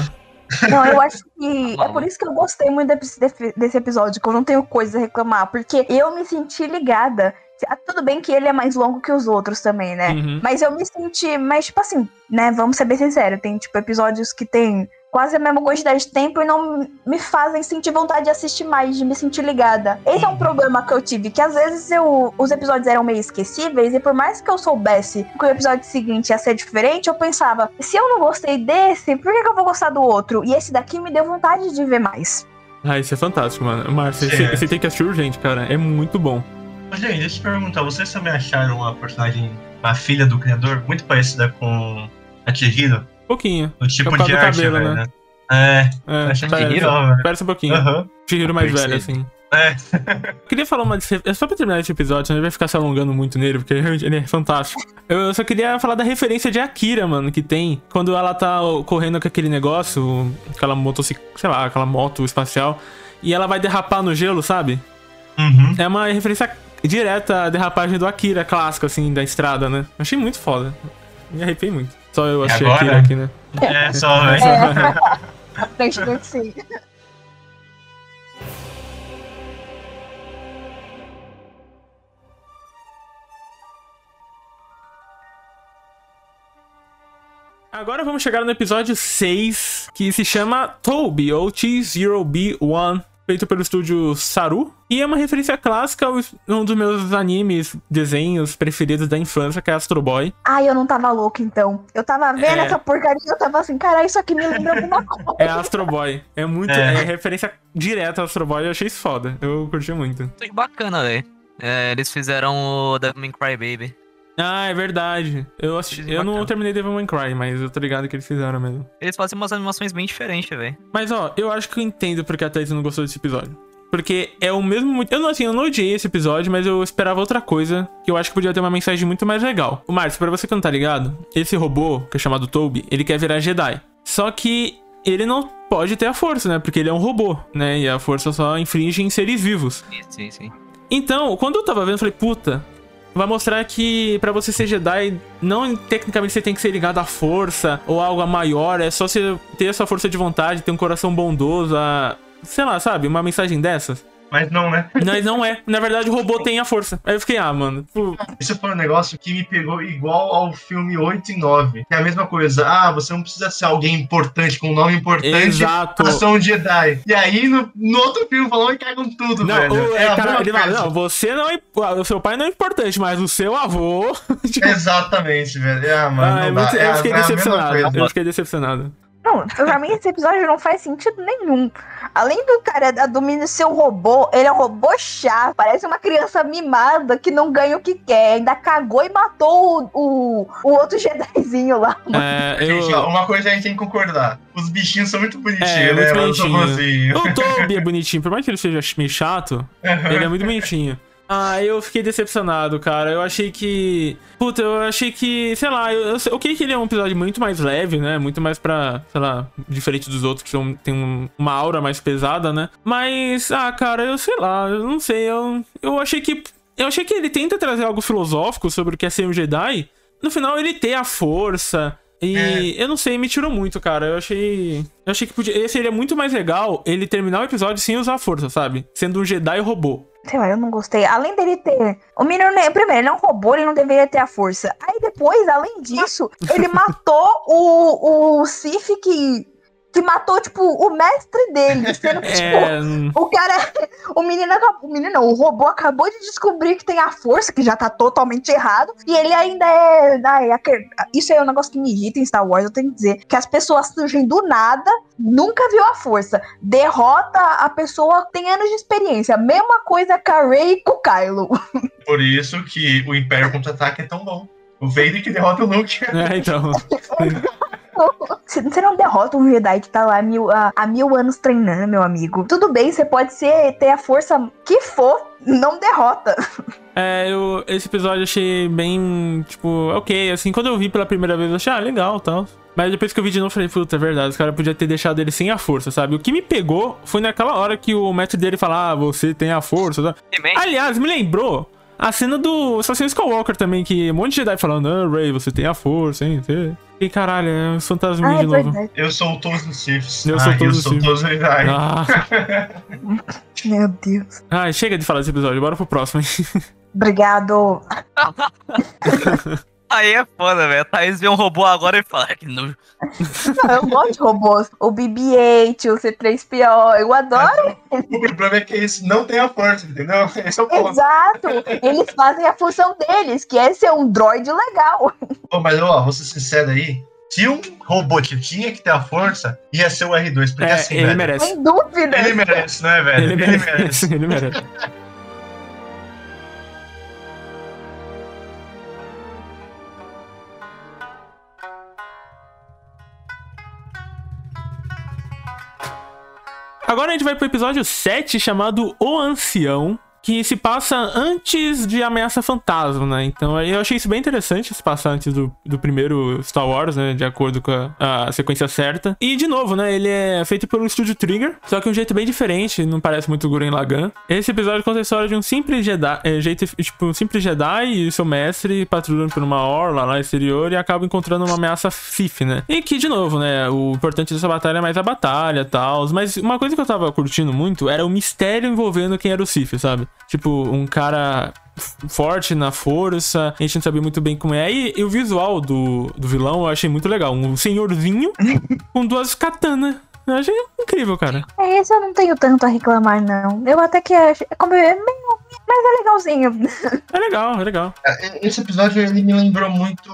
Não, eu acho que é por isso que eu gostei muito desse episódio, que eu não tenho coisa a reclamar, porque eu me senti ligada. Tudo bem que ele é mais longo que os outros também, né? Uhum. Mas eu me senti, mas tipo assim, né? Vamos ser bem sinceros, tem tipo episódios que tem quase a mesma quantidade de tempo e não me fazem sentir vontade de assistir mais, de me sentir ligada. Esse é um problema que eu tive, que às vezes os episódios eram meio esquecíveis e por mais que eu soubesse que o episódio seguinte ia ser diferente, eu pensava, se eu não gostei desse, por que eu vou gostar do outro? E esse daqui me deu vontade de ver mais. Ah, isso é fantástico, mano. Márcio, você tem que assistir urgente, cara. É muito bom. Gente, deixa eu te perguntar, vocês também acharam a personagem, a filha do criador, muito parecida com a Chihiro? Pouquinho. O tipo por causa de do arte, cabelo, velho, né? Achei parece, legal, velho. parece um pouquinho. Aham. Chihiro mais velho, Percebo. assim. Queria falar uma... Só pra terminar esse episódio, senão ele vai ficar se alongando muito nele, porque ele é fantástico. Eu só queria falar da referência de Akira, mano, que tem quando ela tá correndo com aquele negócio, aquela motocicleta, sei lá, aquela moto espacial, e ela vai derrapar no gelo, sabe? Uhum. É uma referência direta à derrapagem do Akira, clássico, assim, da estrada, né? Achei muito foda. Me arrepiei muito. Só eu achei agora? Akira aqui, né? É, só, velho. Aparentemente sim. Agora vamos chegar no episódio 6, que se chama Toby, ou T0B1, feito pelo estúdio Saru. E é uma referência clássica a um dos meus animes, desenhos preferidos da infância, que é Astro Boy. Ai, eu não tava louca, então. Eu tava vendo essa porcaria e eu tava assim, cara, isso aqui me lembra alguma coisa. É Astro Boy. É muito... É referência direta a Astro Boy. Eu achei isso foda. Eu curti muito. Foi bacana, velho. Eles fizeram o Devil May Cry Baby. Ah, é verdade. Eu não terminei Devil May Cry, mas eu tô ligado que eles fizeram mesmo. Eles fazem umas animações bem diferentes, velho. Mas, ó, eu acho que eu entendo porque a Thaís não gostou desse episódio. Porque é o mesmo... Eu não odiei esse episódio, mas eu esperava outra coisa, que eu acho que podia ter uma mensagem muito mais legal. O Márcio, pra você que não tá ligado, esse robô, que é chamado Toby, ele quer virar Jedi. Só que ele não pode ter a força, né? Porque ele é um robô, né? E a força só infringe em seres vivos. Sim. Então, quando eu tava vendo, eu falei, puta... Vai mostrar que pra você ser Jedi, não tecnicamente você tem que ser ligado à força ou algo maior, é só você ter essa força de vontade, ter um coração bondoso, sei lá, sabe? Uma mensagem dessas. Mas não, né? Mas não é. Na verdade, o robô tem a força. Aí eu fiquei, mano. Isso foi um negócio que me pegou igual ao filme 8 e 9. É a mesma coisa. Você não precisa ser alguém importante, com um nome importante. Exato. Pra ser um Jedi. E aí, no outro filme, falou e cagam tudo, não, velho. Cara, ele fala, não, você não é... O seu pai não é importante, mas o seu avô... tipo... Exatamente, velho. Mano, não dá. Eu fiquei decepcionado. Eu fiquei decepcionado. Não, pra mim esse episódio não faz sentido nenhum. Além do cara do menino ser um robô, ele é um robô chato. Parece uma criança mimada que não ganha o que quer. Ainda cagou e matou o outro Jedizinho lá. Gente, uma coisa a gente tem que concordar. Os bichinhos são muito bonitinhos, né? Muito bonitinho. O Toby é bonitinho. Por mais que ele seja meio chato, ele é muito bonitinho. Eu fiquei decepcionado, cara. Eu achei que... Puta, sei lá, eu queria que ele é um episódio muito mais leve, né? Muito mais pra, sei lá, diferente dos outros que tem uma aura mais pesada, né? Mas, cara, eu sei lá, eu não sei. Eu achei que ele tenta trazer algo filosófico sobre o que é ser um Jedi. No final, ele ter a força... E eu não sei, me tirou muito, cara. Eu achei que seria muito mais legal ele terminar o episódio sem usar a força, sabe? Sendo um Jedi robô. Sei lá, eu não gostei. Além dele ter... O menino, primeiro, ele é um robô, ele não deveria ter a força. Aí depois, além disso, ele matou o Sif que matou, tipo, o mestre dele. Sendo que, tipo, o cara... O robô acabou de descobrir que tem a força, que já tá totalmente errado. E ele ainda isso é um negócio que me irrita em Star Wars, eu tenho que dizer. Que as pessoas surgem do nada, nunca viu a força. Derrota a pessoa, tem anos de experiência. Mesma coisa com a Rey e com o Kylo. Por isso que o Império Contra-Ataque é tão bom. O Vader que derrota o Luke. Então... Você não derrota um Jedi que tá lá há 1000 anos treinando, meu amigo. Tudo bem, você pode ter a força que for, não derrota. Esse episódio eu achei bem, tipo, ok. Assim, quando eu vi pela primeira vez, eu achei, legal e tal. Mas depois que eu vi de novo, eu falei, puta, é verdade, os caras podiam ter deixado ele sem a força, sabe? O que me pegou foi naquela hora que o mestre dele fala, você tem a força. Tá? Aliás, me lembrou A cena do Assassino Skywalker também, que um monte de Jedi falando, Rey, você tem a força, hein? E caralho, é os fantasminhas de novo. Eu sou todos os Siths. Eu sou todos os Jedi. Meu Deus. Chega de falar desse episódio, bora pro próximo. Obrigado. Aí é foda, velho. A Thaís vê um robô agora e fala, que nojo. Não, eu gosto de robôs. O BB-8, o C-3PO, eu adoro. O problema é que eles não têm a força, entendeu? Esse é o ponto. Exato. Eles fazem a função deles, que é ser um droid legal. Mas, vou ser sincero aí. Se um robô que tinha que ter a força, ia ser o R2, porque assim, ele velho, merece. Sem dúvida. Ele merece, não é, velho? Ele merece. Ele merece. Agora a gente vai pro episódio 7, chamado O Ancião, que se passa antes de Ameaça Fantasma, né? Então eu achei isso bem interessante, se passar antes do primeiro Star Wars, né? De acordo com a sequência certa. E, de novo, né? Ele é feito pelo Estúdio Trigger, só que um jeito bem diferente, não parece muito Gurren Lagann. Esse episódio conta a história de um simples Jedi, um simples Jedi e seu mestre patrulhando por uma orla lá no exterior e acabam encontrando uma ameaça Sith, né? E que, de novo, né? O importante dessa batalha é mais a batalha e tal. Mas uma coisa que eu tava curtindo muito era o mistério envolvendo quem era o Sith, sabe? Tipo, um cara forte na força, a gente não sabia muito bem como é. E o visual do vilão eu achei muito legal. Um senhorzinho com 2 katanas. Eu achei incrível, cara. Esse eu não tenho tanto a reclamar, não. Eu até que acho. Como mas é legalzinho. É legal. Esse episódio ele me lembrou muito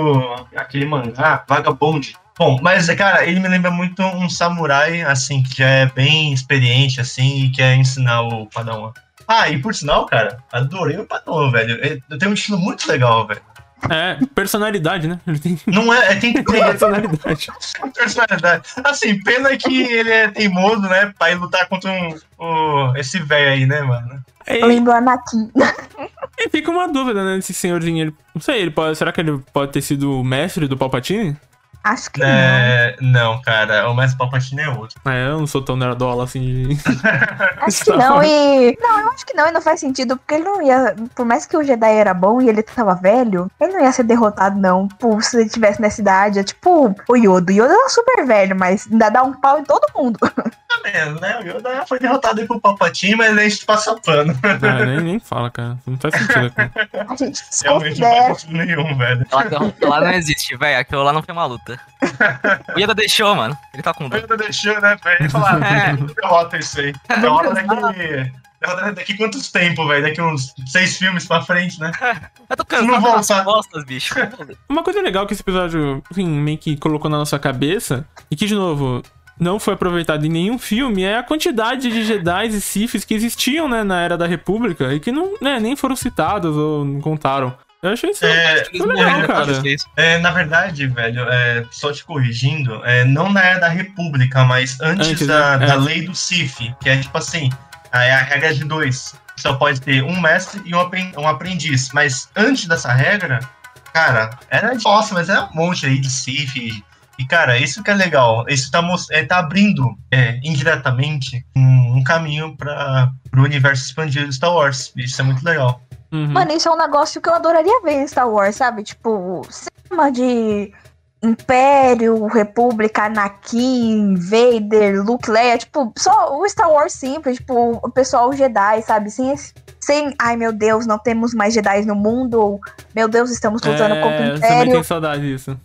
aquele mangá, Vagabond. Bom, mas, cara, ele me lembra muito um samurai, assim, que já é bem experiente, assim, e quer ensinar o Padawan. E por sinal, cara, adorei o Padawan, velho. Ele tem um estilo muito legal, velho. Personalidade, né? Ele tem... Não tem que ter personalidade. Personalidade. Assim, pena que ele é teimoso, né? Pra ir lutar contra esse velho aí, né, mano? Lembro o Anakin. E fica uma dúvida, né? Esse senhorzinho, não sei, será que ele pode ter sido o mestre do Palpatine? Acho que não. Não, cara, o Mestre Palpatine é outro. Eu não sou tão nerdola assim de... Acho que não, eu acho que não, e não faz sentido, porque ele não ia... Por mais que o Jedi era bom e ele tava velho, ele não ia ser derrotado, não. Se ele estivesse nessa idade, é tipo o Yoda. O Yoda era super velho, mas ainda dá um pau em todo mundo. Né? O Yoda foi derrotado aí pro Palpatine, mas a gente passa pano. Nem fala, cara. Não faz sentido. Cara. A gente realmente não faz sentido nenhum, velho. Aquilo lá não existe, velho. Aquilo lá não foi uma luta. O Yoda deixou, mano. Ele tá com dor. O Yoda deixou, né, velho? Ele falou, derrota isso aí. Derrota daqui quantos tempos, velho? Daqui uns 6 filmes pra frente, né? Eu tô cansado das costas, bicho. Uma coisa legal que esse episódio, assim, meio que colocou na nossa cabeça, e que, de novo, não foi aproveitado em nenhum filme, é a quantidade de Jedi e Siths que existiam, né, na Era da República, e que não, né, nem foram citados ou não contaram. Eu achei isso legal, cara. Na verdade, velho, só te corrigindo, não na Era da República, mas antes da lei do Sith, que é tipo assim, é a regra de 2. Só pode ter um mestre e um aprendiz. Mas antes dessa regra, cara, mas era um monte aí de Sith. E, cara, isso que é legal. Isso tá abrindo indiretamente um caminho pro universo expandido de Star Wars. Isso é muito legal. Uhum. Mano, isso é um negócio que eu adoraria ver em Star Wars, sabe? Tipo, sistema de Império, República, Anakin, Vader, Luke, Leia, tipo, só o Star Wars simples, tipo, o pessoal Jedi, sabe? Sem, ai meu Deus, não temos mais Jedi no mundo, ou, meu Deus, estamos lutando contra o Império. Eu também tenho saudade disso.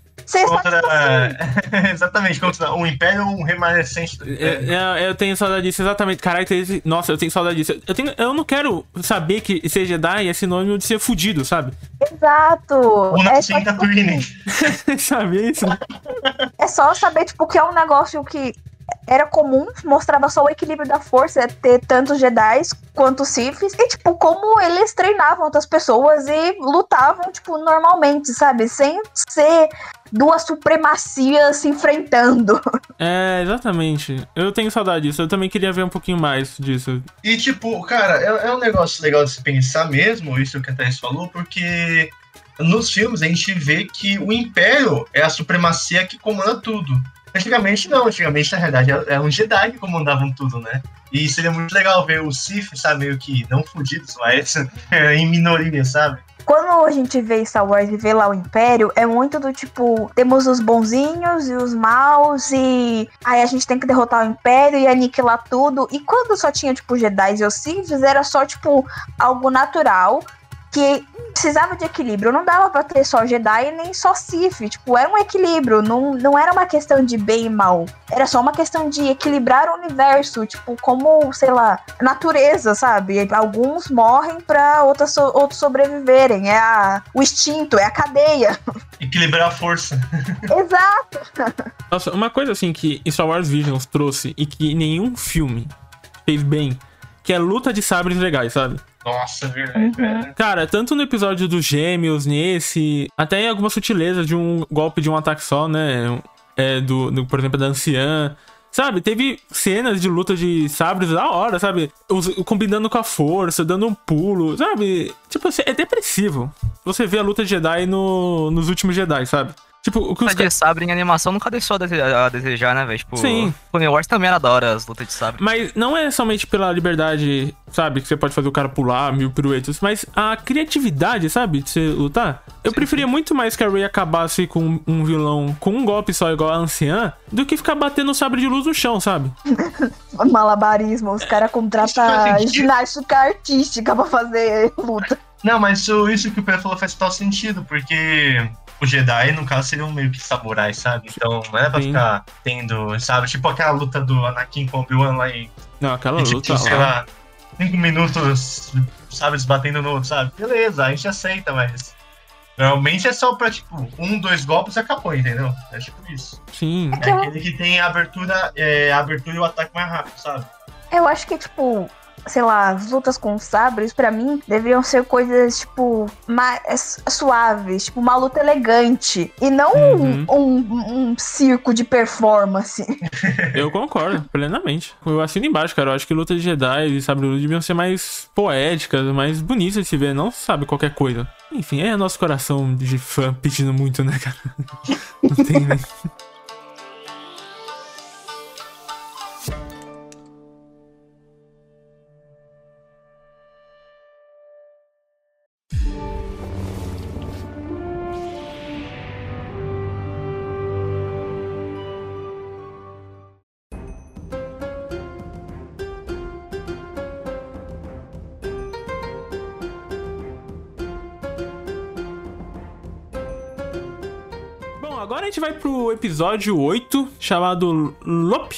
Exatamente, contra o Império ou um remanescente do Império. Eu tenho saudade disso, exatamente. Caralho, nossa, eu tenho saudade disso. Eu não quero saber que ser Jedi é sinônimo de ser fudido, sabe? Exato. Ou não sem Tatooine. Sabe isso? É só saber, tipo, que é um negócio que era comum, mostrava só o equilíbrio da força, ter tanto Jedi quanto Siths, e, tipo, como eles treinavam outras pessoas e lutavam, tipo, normalmente, sabe? Sem ser duas supremacias se enfrentando. Exatamente. Eu tenho saudade disso. Eu também queria ver um pouquinho mais disso. E, tipo, cara, é um negócio legal de se pensar mesmo, isso que a Thaís falou, porque nos filmes a gente vê que o Império é a supremacia que comanda tudo. Antigamente não, antigamente na realidade era um Jedi que comandavam tudo, né? E seria muito legal ver os Sith, sabe, meio que não fudidos, mas em minoria, sabe? Quando a gente vê Star Wars e vê lá o Império, é muito do tipo, temos os bonzinhos e os maus, e aí a gente tem que derrotar o Império e aniquilar tudo. E quando só tinha, tipo, Jedi e os Sith, era só, tipo, algo natural, que precisava de equilíbrio. Não dava pra ter só Jedi nem só Sith. Tipo, era um equilíbrio. Não era uma questão de bem e mal. Era só uma questão de equilibrar o universo. Tipo, como, sei lá, natureza, sabe? Alguns morrem pra outros sobreviverem. O instinto, é a cadeia. Equilibrar a força. Exato. Nossa, uma coisa assim que Star Wars Visions trouxe e que nenhum filme fez bem, que é luta de sabres legais, sabe? Nossa, verdade, velho. Cara, tanto no episódio dos Gêmeos, nesse, até em algumas sutilezas de um golpe de um ataque só, né? Por exemplo, da Anciã. Sabe, teve cenas de luta de sabres da hora, sabe? Combinando com a força, dando um pulo, sabe? Tipo, é depressivo. Você vê a luta de Jedi nos últimos Jedi, sabe? Tipo, o que os de sabre em animação nunca deixou a desejar, né, velho? Tipo, sim. O New Wars também era da hora as lutas de sabre. Mas não é somente pela liberdade, sabe? Que você pode fazer o cara pular, 1000 piruetas. Mas a criatividade, sabe? De você lutar. Eu preferia muito mais que a Rey acabasse com um vilão com um golpe só, igual a Anciã, do que ficar batendo o sabre de luz no chão, sabe? Malabarismo. Os caras contratam ginástica artística pra fazer luta. Não, mas isso que o Pedro falou faz total sentido, porque os Jedi, no caso, seriam meio que samurais, sabe? Então não era pra ficar tendo, sabe? Tipo aquela luta do Anakin com o Obi-Wan lá em... Não, aquela tipo, luta sei lá, 5 minutos, sabe? Eles batendo no outro, sabe? Beleza, a gente aceita, mas... Normalmente é só pra, tipo, 1, 2 golpes e acabou, entendeu? É tipo isso. Sim. É aquele que tem a abertura e o ataque mais rápido, sabe? Eu acho que, tipo... sei lá, as lutas com sabres, pra mim, deveriam ser coisas, tipo, mais suaves, tipo, uma luta elegante. E não um circo de performance. Eu concordo, plenamente. Eu assino embaixo, cara. Eu acho que luta de Jedi e sabre luz deviam ser mais poéticas, mais bonitas de se ver, não sabe qualquer coisa. Enfim, é nosso coração de fã pedindo muito, né, cara? Não tem, né? Agora a gente vai pro episódio 8, chamado Lop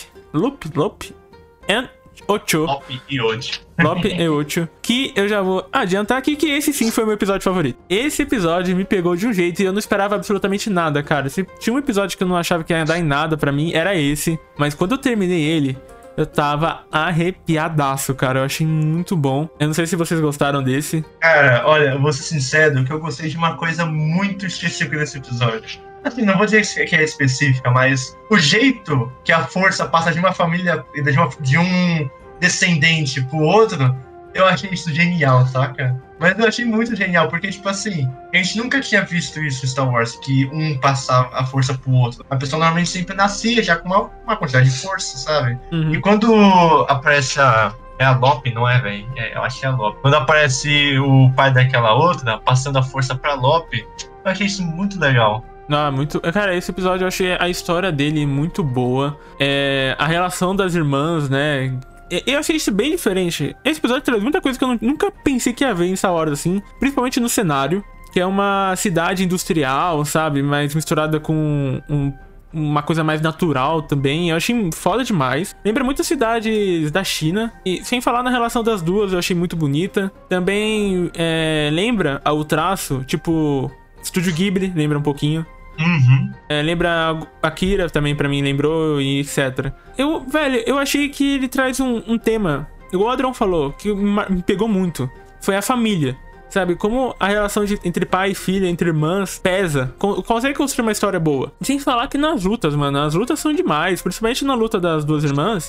and Ocho. Lop e Ocho. Lop e Ocho. Que eu já vou adiantar aqui que esse sim foi o meu episódio favorito. Esse episódio me pegou de um jeito e eu não esperava absolutamente nada, cara. Se tinha um episódio que eu não achava que ia dar em nada pra mim, era esse. Mas quando eu terminei ele, eu tava arrepiadaço, cara. Eu achei muito bom. Eu não sei se vocês gostaram desse. Cara, olha, eu vou ser sincero que eu gostei de uma coisa muito específica nesse episódio. Assim, não vou dizer que é específica, mas o jeito que a força passa de uma família, de um descendente pro outro, eu achei isso genial, saca? Mas eu achei muito genial, porque, tipo assim, a gente nunca tinha visto isso em Star Wars, que um passava a força pro outro. A pessoa normalmente sempre nascia já com uma quantidade de força, sabe? E quando aparece é a Lop, não é, velho? Eu acho que é a Lop. Quando aparece o pai daquela outra, passando a força pra Lop, eu achei isso muito legal. Ah, muito. Cara, esse episódio eu achei a história dele muito boa. A relação das irmãs, né? Eu achei isso bem diferente. Esse episódio traz muita coisa que eu nunca pensei que ia ver em Star Wars, assim. Principalmente no cenário, que é uma cidade industrial, sabe? Mas misturada com uma coisa mais natural também. Eu achei foda demais. Lembra muitas cidades da China. E sem falar na relação das duas, eu achei muito bonita. Também lembra o traço, tipo... Estúdio Ghibli, lembra um pouquinho. Lembra Akira também, pra mim, lembrou, e etc. Eu achei que ele traz um tema, igual o Adrão falou, que me pegou muito. Foi a família, sabe? Como a relação entre pai e filha, entre irmãs, pesa. Consegue construir uma história boa. Sem falar que nas lutas, mano, as lutas são demais. Principalmente na luta das duas irmãs.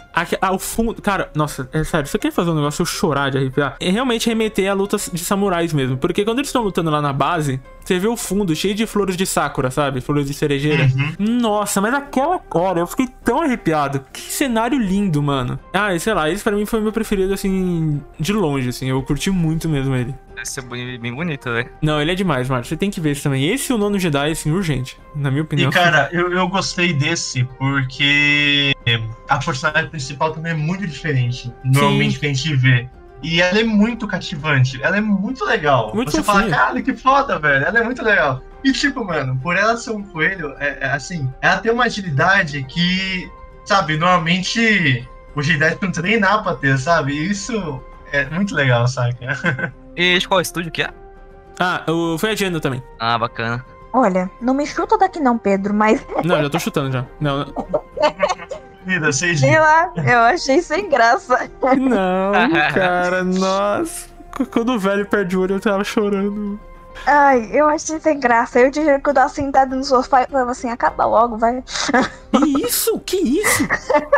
O fundo... Cara, nossa, é sério, você quer fazer um negócio eu chorar de arrepiar? É realmente remeter a lutas de samurais mesmo. Porque quando eles estão lutando lá na base, você vê o fundo cheio de flores de sakura, sabe? Flores de cerejeira. Nossa, mas aquela hora eu fiquei tão arrepiado. Que cenário lindo, mano. Ah, e sei lá, esse pra mim foi o meu preferido, assim, de longe, assim. Eu curti muito mesmo ele. Deve ser bem bonito, velho. Não, ele é demais, Marcos. Você tem que ver esse também. Esse e o Nono Jedi, assim, urgente. Na minha opinião. E, cara, eu gostei desse porque a personagem principal também é muito diferente. Normalmente que a gente vê. E ela é muito cativante. Ela é muito legal. Muito Você fofinha. fala, cara, que foda, velho. Ela é muito legal. E, tipo, mano, por ela ser um coelho, assim, ela tem uma agilidade que, sabe, normalmente os Jedi precisam treinar pra ter, sabe? E isso é muito legal, saca? E de qual estúdio que é? Ah, foi a Gendo também. Ah, bacana. Olha, não me chuta daqui não, Pedro, mas Não, já tô chutando já. Não, Vida, vocês sei lá, eu achei sem graça. não, cara, nossa. Quando o velho perde o olho, eu tava chorando. Ai, eu achei sem graça. Eu te juro que eu tava sentada no sofá e falava assim, acaba logo, vai. Que isso? Que isso?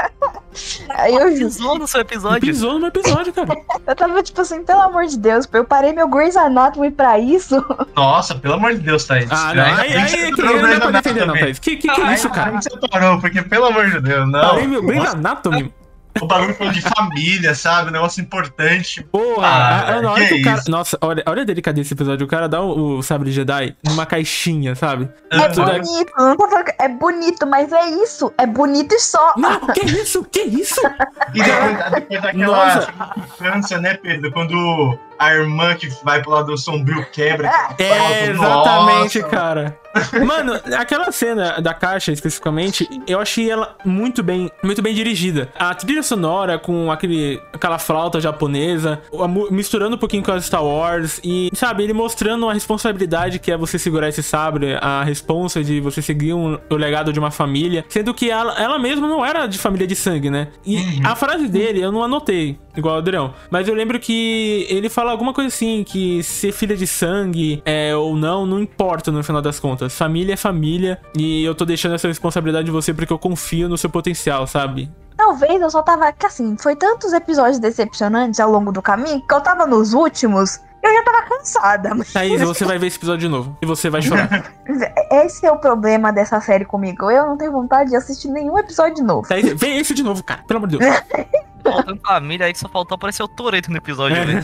Aí eu juro. Pisou no seu episódio. Pisou no meu episódio, cara. Eu tava tipo assim, pelo amor de Deus, eu parei meu Grey's Anatomy pra isso. Nossa, pelo amor de Deus, Thaís. Ah, não. Aí que eu não vou defender, não, Thaís. Que isso, cara? Aí você parou, porque pelo amor de Deus, não. Parei meu Grey's Anatomy. O bagulho falando de família, sabe? Um negócio importante. Porra, na hora que o cara. isso? Nossa, olha a delicadeza desse episódio. O cara dá o sabre Jedi numa caixinha, sabe? É Tudo bonito, não tô falando que é bonito, mas é isso. É bonito e só. Não, que isso? Que isso? E depois daquela Nossa. infância, né, Pedro? Quando a irmã que vai pro lado sombrio quebra. Exatamente, Nossa. cara. Mano, aquela cena da caixa, especificamente, eu achei ela muito bem dirigida. A trilha sonora com aquela flauta japonesa, misturando um pouquinho com a Star Wars e, sabe, ele mostrando a responsabilidade que é você segurar esse sabre, a responsa de você seguir o legado de uma família, sendo que ela mesma não era de família de sangue, né? E a frase dele eu não anotei, igual o Adrião, mas eu lembro que ele fala alguma coisa assim, que ser filha de sangue ou não importa no final das contas. Família é família e eu tô deixando essa responsabilidade de você porque eu confio no seu potencial, sabe? Talvez eu só tava. Que assim, foi tantos episódios decepcionantes ao longo do caminho que eu tava nos últimos. Eu já tava cansada. Mas Thaís, você vai ver esse episódio de novo e você vai chorar. esse é o problema dessa série comigo. Eu não tenho vontade de assistir nenhum episódio de novo. Thaís, vê esse de novo, cara, pelo amor de Deus. Faltando família aí que só faltou aparecer o Toretto no episódio, velho.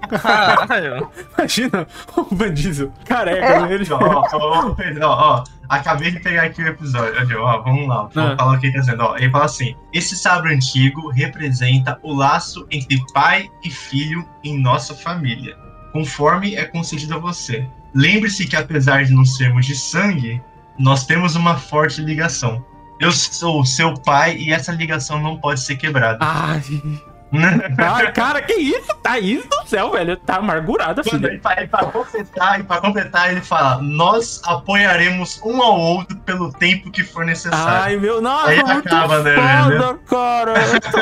Caralho. Imagina o Van Diesel careca, né? Ele... Ó, Pedro, ó, acabei de pegar aqui o episódio, ó, vamos lá, vou falar o que ele tá dizendo, ó, ele fala assim, esse sabre antigo representa o laço entre pai e filho em nossa família, conforme é concedido a você. Lembre-se que apesar de não sermos de sangue, nós temos uma forte ligação. Eu sou seu pai e essa ligação não pode ser quebrada. Ai, cara, que isso? Thaís do céu, velho. Tá amargurada, filha. E pra completar, ele fala: nós apoiaremos um ao outro pelo tempo que for necessário. Ai, meu, nossa, aí muito acaba, né, foda, cara.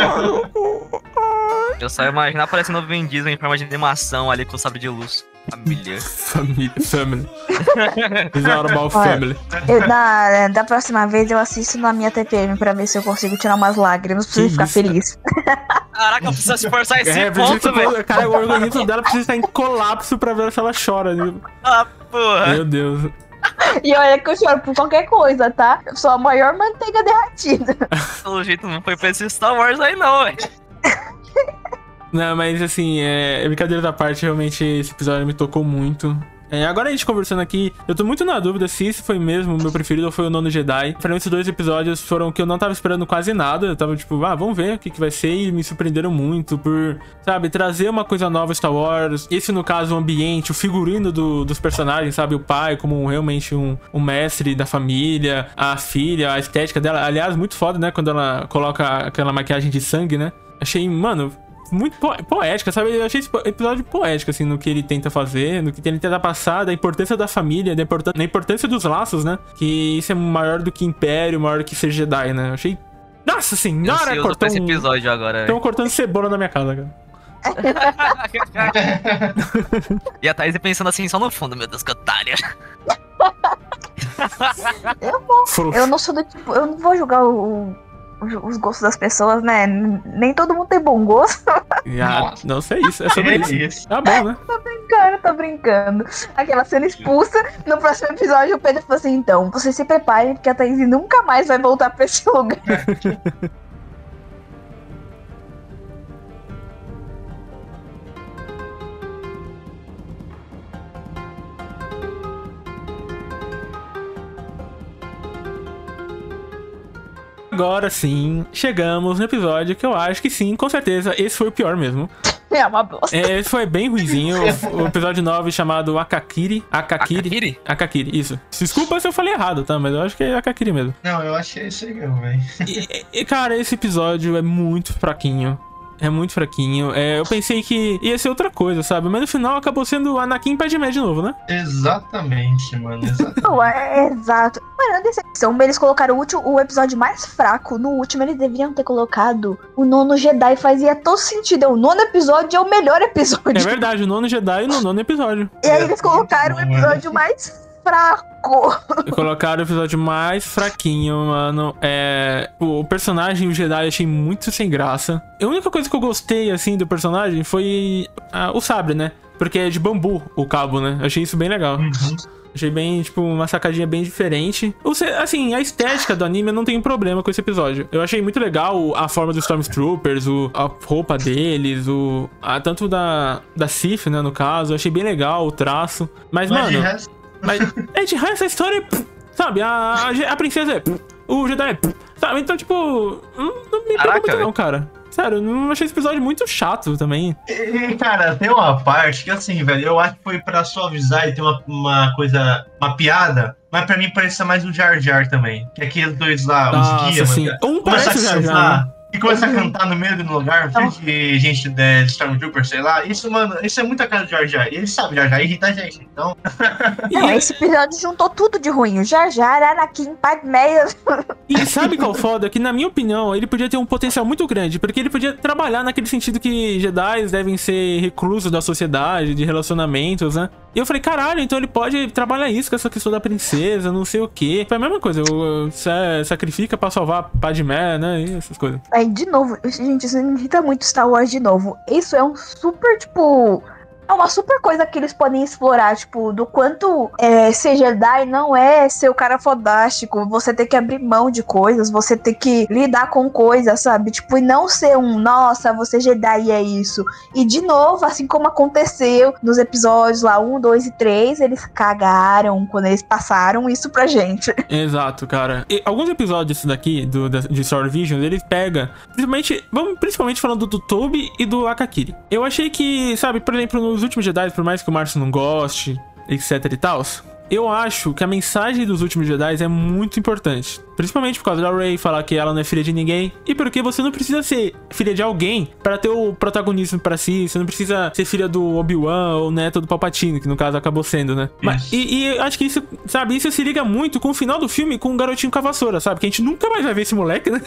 Eu só imaginar aparecendo o Vin Diesel em forma de animação ali com o sabre de luz. Família. Family. It's all about family. Da próxima vez eu assisto na minha TPM pra ver se eu consigo tirar umas lágrimas pra você ficar feliz. Caraca, eu preciso se esforçar esse ponto, velho. Cara, o organismo dela precisa estar em colapso pra ver se ela chora. Né? Ah, porra. Meu Deus. E olha que eu choro por qualquer coisa, tá? Eu sou a maior manteiga derretida. Pelo jeito não foi pra esse Star Wars aí não, velho. Não, mas assim, brincadeira da parte, realmente esse episódio me tocou muito. Agora a gente conversando aqui, eu tô muito na dúvida se esse foi mesmo o meu preferido ou foi o Nono Jedi. Pra mim, esses dois episódios foram que eu não tava esperando quase nada. Eu tava tipo, vamos ver o que vai ser. E me surpreenderam muito por, sabe, trazer uma coisa nova Star Wars. Esse, no caso, o ambiente, o figurino dos personagens, sabe? O pai como realmente um mestre da família, a filha, a estética dela. Aliás, muito foda, né? Quando ela coloca aquela maquiagem de sangue, né? Achei, mano... muito poética, sabe? Eu achei esse episódio poético, assim, no que ele tenta fazer, no que ele tenta passar, da importância da família, da importância dos laços, né? Que isso é maior do que Império, maior do que ser Jedi, né? Eu achei... Nossa senhora, cortou esse episódio agora. Estão cortando cebola na minha casa, cara. E a Thaís pensando assim, só no fundo, meu Deus, que otária. Eu não sou do tipo... Eu não vou jogar os gostos das pessoas, né? Nem todo mundo tem bom gosto. Não sei isso, é sobre isso. Tá bom, né? Tô brincando. Aquela cena expulsa. No próximo episódio, o Pedro falou assim: então, vocês se preparem, porque a Thaís nunca mais vai voltar pra esse lugar. Agora sim, chegamos no episódio que eu acho que sim, com certeza, esse foi o pior mesmo. É uma bosta. Esse foi bem ruizinho. O episódio 9 chamado Akakiri. Akakiri, isso. Desculpa se eu falei errado, tá? Mas eu acho que é Akakiri mesmo. Não, eu achei isso aí mesmo, velho. E, cara, esse episódio é muito fraquinho. É muito fraquinho. Eu pensei que ia ser outra coisa, sabe? Mas no final acabou sendo Anakin Padmé de novo, né? Exatamente, mano. Exatamente. Exato. Mano, a decepção. Eles colocaram o episódio mais fraco. No último, eles deveriam ter colocado o nono Jedi. Fazia todo sentido. O nono episódio é o melhor episódio. É verdade, o nono Jedi no nono episódio. E aí eles colocaram o episódio mais fraco. Colocaram o episódio mais fraquinho, mano. O personagem, o Jedi, eu achei muito sem graça. A única coisa que eu gostei, assim, do personagem foi o sabre, né? Porque é de bambu o cabo, né? Eu achei isso bem legal. Achei bem, tipo, uma sacadinha bem diferente. Assim, a estética do anime eu não tenho problema com esse episódio. Eu achei muito legal a forma dos Stormtroopers, a roupa deles, tanto da Sif, né, no caso. Eu achei bem legal o traço. Mas mano... de resto a história sabe, a princesa o Jedi sabe, então tipo não me pegou muito não, cara. Sério, eu não achei esse episódio muito chato também. E, cara, tem uma parte que assim, velho, eu acho que foi pra suavizar e ter uma coisa, uma piada, mas pra mim parecia mais o Jar Jar também. Que aqueles dois lá, os guias, assim, mano, parece o Jar Jar, né? E começa a cantar no meio do lugar, de gente de Stormtrooper, sei lá. Isso, mano, isso é muita cara do Jar Jar. E ele sabe, Jar Jar irrita a gente, então... Não, esse episódio juntou tudo de ruim. O Jar Jar, Anakin, Padmé... E sabe qual foda? Que na minha opinião, ele podia ter um potencial muito grande, porque ele podia trabalhar naquele sentido que Jedi devem ser reclusos da sociedade, de relacionamentos, né? E eu falei, caralho, então ele pode trabalhar isso com essa questão da princesa, não sei o quê. Foi a mesma coisa, sacrifica pra salvar Padmé, né? E essas coisas. Aí, de novo, gente, isso me irrita muito Star Wars de novo. Isso é um super, tipo... É uma super coisa que eles podem explorar, tipo, do quanto ser Jedi não é ser o cara fodástico, você ter que abrir mão de coisas, você ter que lidar com coisas, sabe? Tipo, e não ser nossa, você Jedi é isso. E de novo, assim como aconteceu nos episódios lá 1, 2 e 3, eles cagaram quando eles passaram isso pra gente. Exato, cara. E alguns episódios daqui, de Star Wars Visions, eles pegam, principalmente falando do Toby e do Akakiri. Eu achei que, sabe, por exemplo, nos últimos Jedi, por mais que o Márcio não goste, etc e tal, eu acho que a mensagem dos últimos Jedi é muito importante. Principalmente por causa da Rey falar que ela não é filha de ninguém. E porque você não precisa ser filha de alguém pra ter o protagonismo pra si. Você não precisa ser filha do Obi-Wan ou neto do Palpatine, que no caso acabou sendo, né? Mas, e acho que isso, sabe, isso se liga muito com o final do filme, com o garotinho com a vassoura, sabe? Que a gente nunca mais vai ver esse moleque, né?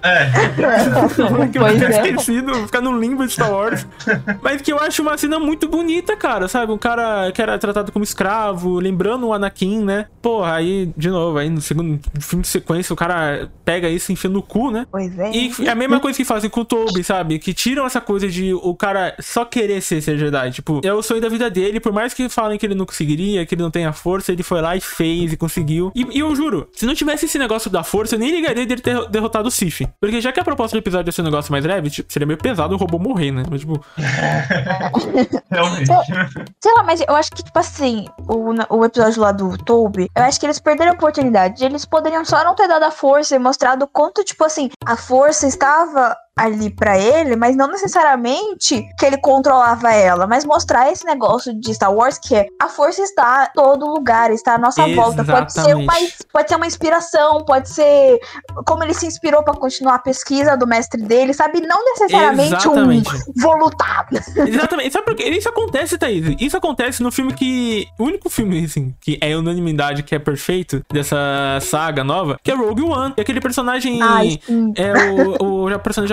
O moleque vai ficar esquecido, ficar no limbo de Star Wars. Mas que eu acho uma cena muito bonita, cara, sabe? Um cara que era tratado como escravo, lembrando o Anakin, né? Porra, aí, de novo, aí no segundo filme de sequência, o cara pega isso e enfia no cu, né? Pois é. E é a mesma coisa que fazem com o Toby, sabe? Que tiram essa coisa de o cara só querer ser Jedi. Tipo, é o sonho da vida dele, por mais que falem que ele não conseguiria, que ele não tem a força, ele foi lá e fez e conseguiu. E eu juro, se não tivesse esse negócio da força, eu nem ligaria dele ter derrotado o Sith. Porque já que a proposta do episódio é ser um negócio mais leve, tipo, seria meio pesado o robô morrer, né? Mas, tipo... Realmente. Sei lá, mas eu acho que, tipo assim, o episódio lá do Toby, eu acho que eles perderam a oportunidade. Eles poderiam só não ter dado a força e mostrado o quanto, tipo assim, a força estava ali pra ele, mas não necessariamente que ele controlava ela, mas mostrar esse negócio de Star Wars que é a força está em todo lugar, está à nossa volta, pode ser uma inspiração, pode ser como ele se inspirou pra continuar a pesquisa do mestre dele, sabe? Não necessariamente vou lutar. Exatamente, sabe por quê? Isso acontece, Thaís, isso acontece no filme que, o único filme, assim, que é unanimidade, que é perfeito dessa saga nova, que é Rogue One, e aquele personagem o personagem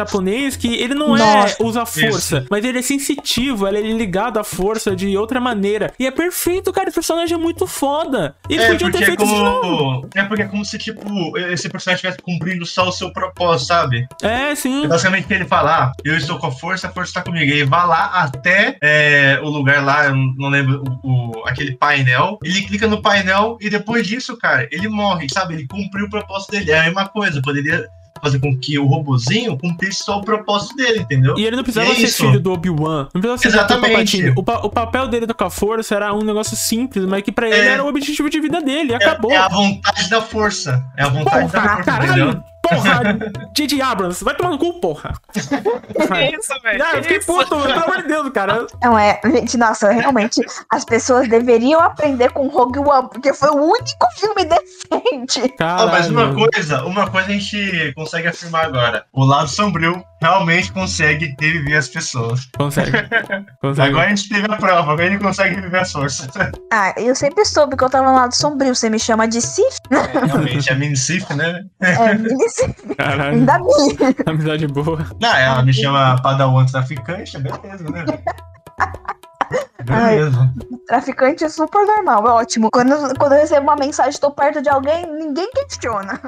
japonês que ele não usa força, mas ele é sensitivo, ele é ligado à força de outra maneira. E é perfeito, cara. Esse personagem é muito foda. Ele podia ter feito isso de novo. Porque é como se, tipo, esse personagem estivesse cumprindo só o seu propósito, sabe? É, sim. Basicamente ele fala, eu estou com a força está comigo. Ele vai lá até o lugar lá, eu não lembro, aquele painel. Ele clica no painel e depois disso, cara, ele morre, sabe? Ele cumpriu o propósito dele. É a mesma coisa, poderia fazer com que o robozinho cumprisse só o propósito dele, entendeu? E ele não precisava ser filho do Obi-Wan. Não precisava ser Exatamente. do Palpatine. O papel dele com a força era um negócio simples, mas que pra ele era o objetivo de vida dele. Acabou. É a vontade da força. É a vontade da força, caralho, entendeu? Porra, J.J. Abrams, vai tomar no cu, porra. Que isso, velho? Eu fiquei puto, pelo amor de Deus, cara. Não é, gente, nossa, realmente, as pessoas deveriam aprender com Rogue One, porque foi o único filme decente. Caralho. Mas uma coisa a gente consegue afirmar agora. O lado sombrio realmente consegue reviver as pessoas. Consegue. Agora a gente teve a prova, agora ele consegue reviver as forças. Ah, eu sempre soube que eu tava no lado sombrio, você me chama de Sif? Realmente, é mini Sif, né? É, mini Sif. Caralho. Ainda bem. Amizade boa. Não, ela me chama Padawan traficante, beleza, né? Beleza. Traficante é super normal, é ótimo. Quando eu recebo uma mensagem, estou perto de alguém, ninguém questiona.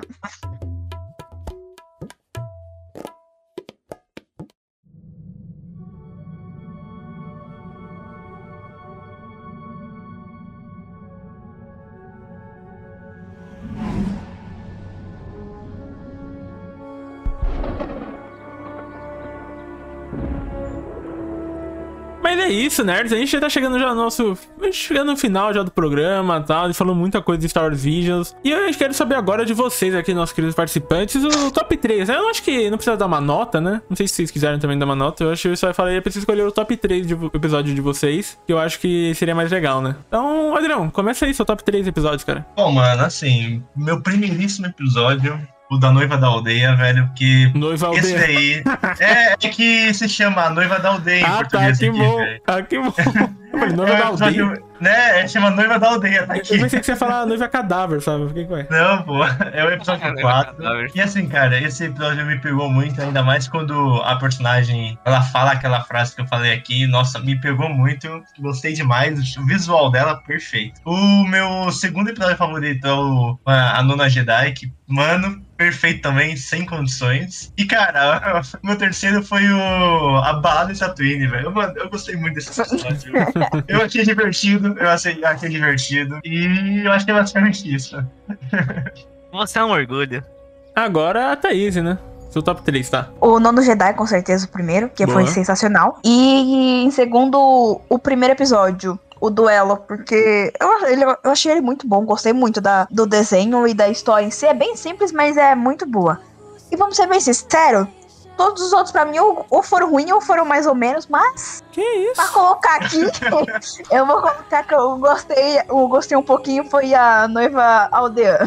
Mas é isso, nerds. A gente já tá chegando já chegando no final já do programa e tal. A gente falou muita coisa de Star Wars Visions. E eu quero saber agora de vocês aqui, nossos queridos participantes, o top 3. Eu acho que não precisa dar uma nota, né? Não sei se vocês quiserem também dar uma nota. Eu acho que eu só falei, eu preciso escolher o top 3 do episódio de vocês, que eu acho que seria mais legal, né? Então, Adrião, começa aí seu top 3 episódios, cara. Bom, mano, assim, meu primeiríssimo episódio, o da Noiva da Aldeia, velho, que Noiva da esse Aldeia. daí é que se chama a Noiva da Aldeia em português que aqui, bom. velho. Que bom. Eu falei, Noiva da Aldeia. Né, chama Noiva da Aldeia, tá aqui. Eu pensei que você ia falar Noiva Cadáver, sabe? O que é? Não, pô, é o episódio 4. E assim, cara, esse episódio me pegou muito, ainda mais quando a personagem, ela fala aquela frase que eu falei aqui, nossa, me pegou muito, gostei demais, o visual dela, perfeito. O meu segundo episódio favorito é a Nona Jedi, que, mano, perfeito também, sem condições. E, cara, o meu terceiro foi a balada de Tatooine, velho. Mano, eu gostei muito desse episódio. Eu achei divertido, achei divertido. E eu acho que é basicamente isso. Você é um orgulho. Agora a Thaís, né? Seu top 3, tá? O Nono Jedi, com certeza, o primeiro, que Boa. foi sensacional. E em segundo, o primeiro episódio, o duelo, porque eu achei ele muito bom, gostei muito do desenho e da história em si. É bem simples, mas é muito boa. E vamos ser bem sinceros, todos os outros pra mim ou foram ruins ou foram mais ou menos, mas... Que isso? Pra colocar aqui, eu vou colocar que eu gostei um pouquinho, foi a Noiva Aldeã.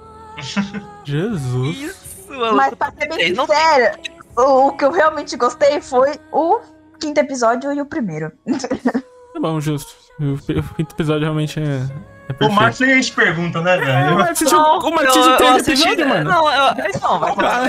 Jesus. Isso, Mas pra ser bem sincera, o que eu realmente gostei foi o quinto episódio e o primeiro. Tá bom, justo. O quinto episódio realmente é perfeito. O Marcos a gente pergunta, né, velho? O Marcos assistiu 3 episódios, mano? Não,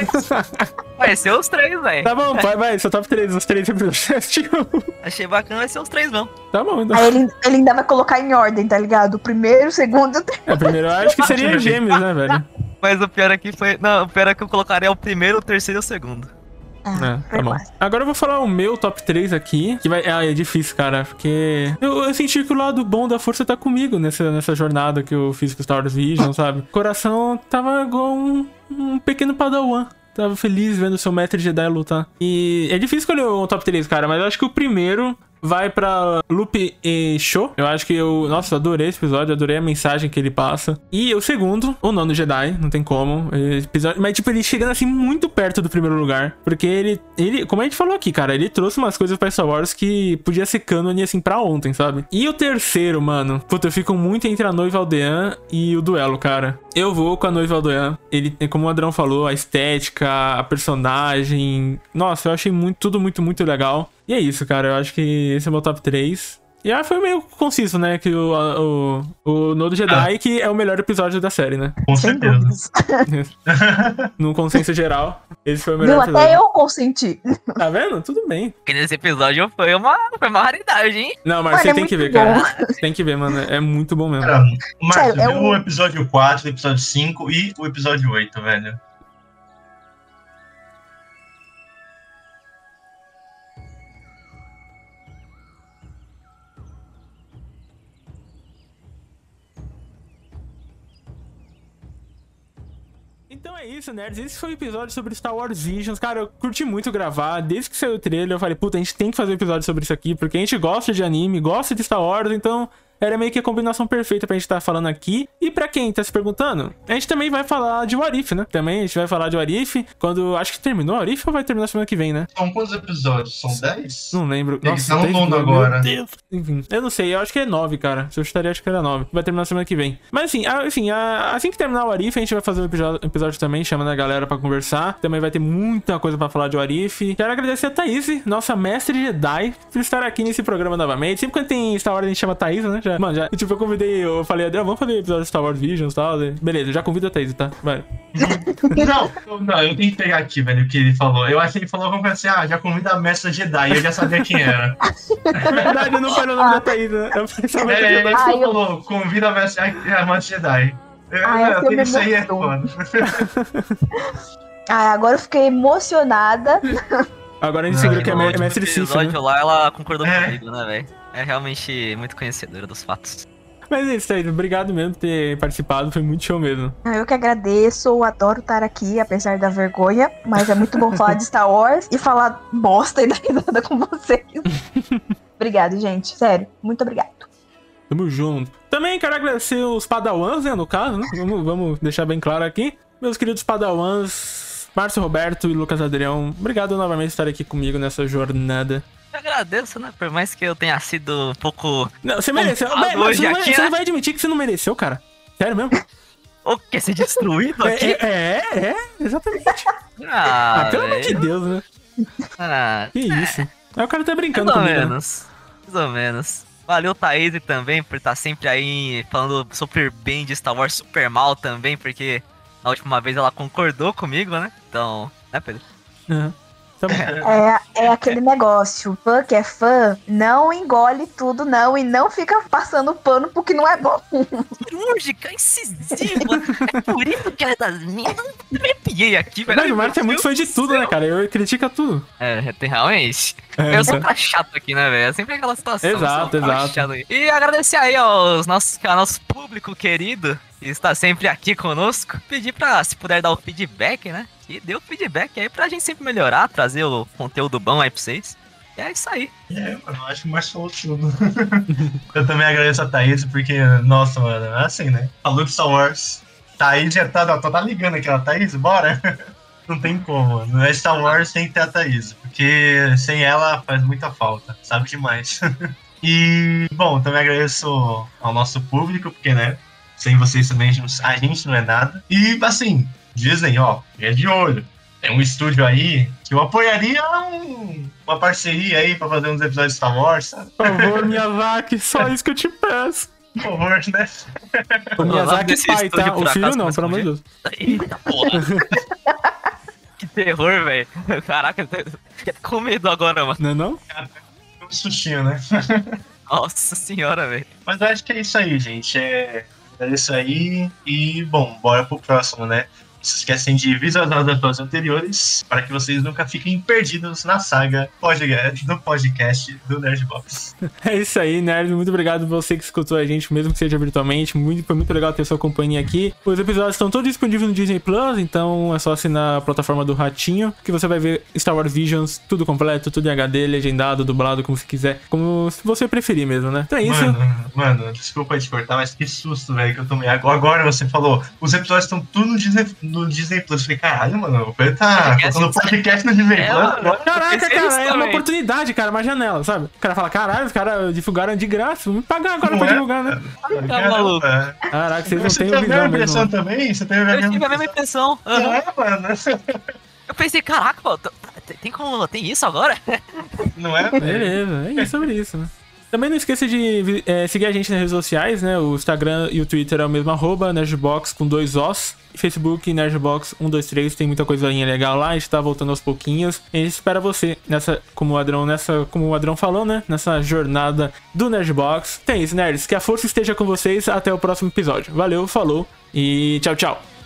vai ser os 3, velho. Tá bom, vai, seu top 3, os 3 episódios você assistiu. Achei bacana, vai ser os 3 mesmo. Tá bom, então. Aí ele ainda vai colocar em ordem, tá ligado? O primeiro, o segundo e o terceiro. Primeiro eu acho que seria gêmeos, né, velho? Mas o pior aqui foi... Não, o pior é que eu colocaria o primeiro, o terceiro e o segundo. Tá bom. Agora eu vou falar o meu top 3 aqui. Que é difícil, cara. Porque eu senti que o lado bom da força tá comigo nessa jornada que eu fiz com Star Wars Vision, sabe? O coração tava igual um pequeno padawan. Tava feliz vendo o seu mestre Jedi lutar. E é difícil escolher o top 3, cara. Mas eu acho que o primeiro vai pra Luke e Show. Eu acho que nossa, eu adorei esse episódio, adorei a mensagem que ele passa. E o segundo, o Nono Jedi, não tem como. Episódio, mas, tipo, ele chegando assim muito perto do primeiro lugar. Porque ele, como a gente falou aqui, cara, ele trouxe umas coisas pra Star Wars que podia ser canon assim pra ontem, sabe? E o terceiro, mano, puta, eu fico muito entre a Noiva Aldeã e o duelo, cara. Eu vou com a Noiva Aldeã. Ele, como o Adrão falou, a estética, a personagem. Nossa, eu achei tudo muito, muito legal. E é isso, cara. Eu acho que esse é o meu top 3. E foi meio conciso, né? Que o Nodo Jedi, que é o melhor episódio da série, né? Com Sem certeza. dúvidas. No consenso geral, esse foi o melhor Viu? episódio. Até eu consenti. Tá vendo? Tudo bem. Porque nesse episódio foi uma raridade, hein? Não, mas Mano, você é tem que ver, muito bom. cara. Tem que ver, mano. É muito bom mesmo. Cara, Márcio, Sério, viu o episódio 4, o episódio 5 e o episódio 8, velho. Então é isso, nerds. Esse foi o episódio sobre Star Wars Visions. Cara, eu curti muito gravar. Desde que saiu o trailer, eu falei, puta, a gente tem que fazer um episódio sobre isso aqui, porque a gente gosta de anime, gosta de Star Wars, então era meio que a combinação perfeita pra gente estar falando aqui. E pra quem tá se perguntando, a gente também vai falar de What If, né? Também a gente vai falar de What If quando... Acho que terminou o What If ou vai terminar semana que vem, né? São quantos episódios? São 10? Não lembro. Eles estão 10 nono episódios, agora. Meu Deus. Enfim, eu não sei. Eu acho que é 9, cara. Se eu estaria, acho que era 9. Vai terminar semana que vem. Mas assim, assim que terminar o What If, a gente vai fazer um episódio também, chamando a galera pra conversar. Também vai ter muita coisa pra falar de What If. Quero agradecer a Thaís, nossa mestre Jedi, por estar aqui nesse programa novamente. Sempre quando tem Star Wars, a gente chama a Thaís, né? Mano, tipo, eu falei, Adriano, vamos fazer episódio de Star Wars Visions e tal. Beleza, já convido a Thaís, tá? Vai. Não, eu tenho que pegar aqui, velho, o que ele falou. Eu acho que ele falou alguma coisa assim, já convida a mestra Jedi, eu já sabia quem era. Na verdade, eu não falei o nome da Thaís, né? Eu pensava que Ele era falou, convida a mestra Jedi. Isso aí é foda. Agora eu fiquei emocionada. Agora a gente descobriu que é mestre Sif, né? episódio lá, ela concordou comigo, né, velho? É realmente muito conhecedora dos fatos. Mas é isso, Thaís. Obrigado mesmo por ter participado. Foi muito show mesmo. Eu que agradeço, eu adoro estar aqui, apesar da vergonha. Mas é muito bom falar de Star Wars e falar bosta e dar risada com vocês. Obrigado, gente. Sério, muito obrigado. Tamo junto. Também quero agradecer os padawans, né, no caso, né? Vamos deixar bem claro aqui. Meus queridos padawans, Márcio Roberto e Lucas Adrião, obrigado novamente por estar aqui comigo nessa jornada. Eu agradeço, né? Por mais que eu tenha sido um pouco... Não, você mereceu. Você não vai admitir que você não mereceu, cara. Sério mesmo? O quê? Ser destruído aqui? Exatamente. Pelo amor de velho. Deus, né? Que isso. Aí o cara tá brincando Mais ou comigo, né? menos. Mais ou menos. Valeu, Thaís, também, por estar sempre aí falando super bem de Star Wars, super mal também, porque na última vez ela concordou comigo, né? Então, né, Pedro? Uhum. Tá bom. É aquele negócio, fã que é fã, não engole tudo não e não fica passando pano porque não é bom. Cirúrgica, incisiva. É por isso que ela é das minhas. Eu me arrepiei aqui, velho. Mas o Márcio é muito fã de tudo, né, cara? Eu critica tudo. Tem realmente. Eu sou um cara chato aqui, né, velho? É sempre aquela situação. Exato, eu sou um cara exato. chato aqui. E agradecer aí ao nosso público querido que está sempre aqui conosco. Pedir pra, se puder, dar o feedback, né? E dê o feedback aí pra gente sempre melhorar, trazer o conteúdo bom aí pra vocês. E é isso aí. Mano, eu acho que o Márcio falou tudo. Eu também agradeço a Thaís, porque, nossa, mano, é assim, né? Falou de Star Wars. Thaís já tá ligando aquela Thaís, bora? Não tem como, mano. É Star Wars, tem que ter a Thaís, porque sem ela faz muita falta, sabe demais. E, bom, também agradeço ao nosso público, porque, né, sem vocês também a gente não é nada. E, assim, dizem, ó, é de olho. Tem um estúdio aí que eu apoiaria uma parceria aí pra fazer uns episódios de Star Wars, sabe? Por favor, Miyazaki, só isso que eu te peço. Por favor, né? O Miyazaki desse pai, estúdio, tá? por O filho acaso, não, começa pelo com amor de Deus. Eita porra. Que terror, velho. Caraca, eu tô com medo agora, mano. Não é não? Um sustinho, né? Nossa senhora, velho. Mas eu acho que é isso aí, gente. É isso aí. E, bom, bora pro próximo, né? Não se esquecem de visualizar os episódios anteriores para que vocês nunca fiquem perdidos na saga do podcast do Nerdbox. É isso aí, nerd. Muito obrigado por você que escutou a gente, mesmo que seja virtualmente. Foi muito legal ter sua companhia aqui. Os episódios estão todos disponíveis no Disney Plus, então é só assinar a plataforma do Ratinho, que você vai ver Star Wars Visions, tudo completo, tudo em HD, legendado, dublado, como você quiser. Como você preferir mesmo, né? Então é isso. Mano, desculpa te cortar, mas que susto, velho, que eu tomei. Agora você falou, os episódios estão tudo no Disney Plus. Eu falei, caralho, mano, o Pedro tá colocando podcast no Disney Plus agora. Caraca, cara, é uma oportunidade, cara, uma janela, sabe? O cara fala, caralho, os caras divulgaram de graça, vamos pagar agora pra divulgar, né? Tá maluco. Caraca, vocês não Você têm teve a visão mesma impressão mesmo. também? Você teve Eu tive a mesma impressão. Uhum. É, mano. Eu pensei, caraca, pô, tem isso agora? Não é? Beleza, é isso sobre isso, né? Também não esqueça de seguir a gente nas redes sociais, né? O Instagram e o Twitter é o mesmo @Nerdbox com 2 Os. Facebook, Nerdbox123, tem muita coisinha legal lá, a gente tá voltando aos pouquinhos. E a gente espera você como o Adrão falou, né? Nessa jornada do Nerdbox. Tem isso, nerds. Que a força esteja com vocês. Até o próximo episódio. Valeu, falou e tchau, tchau.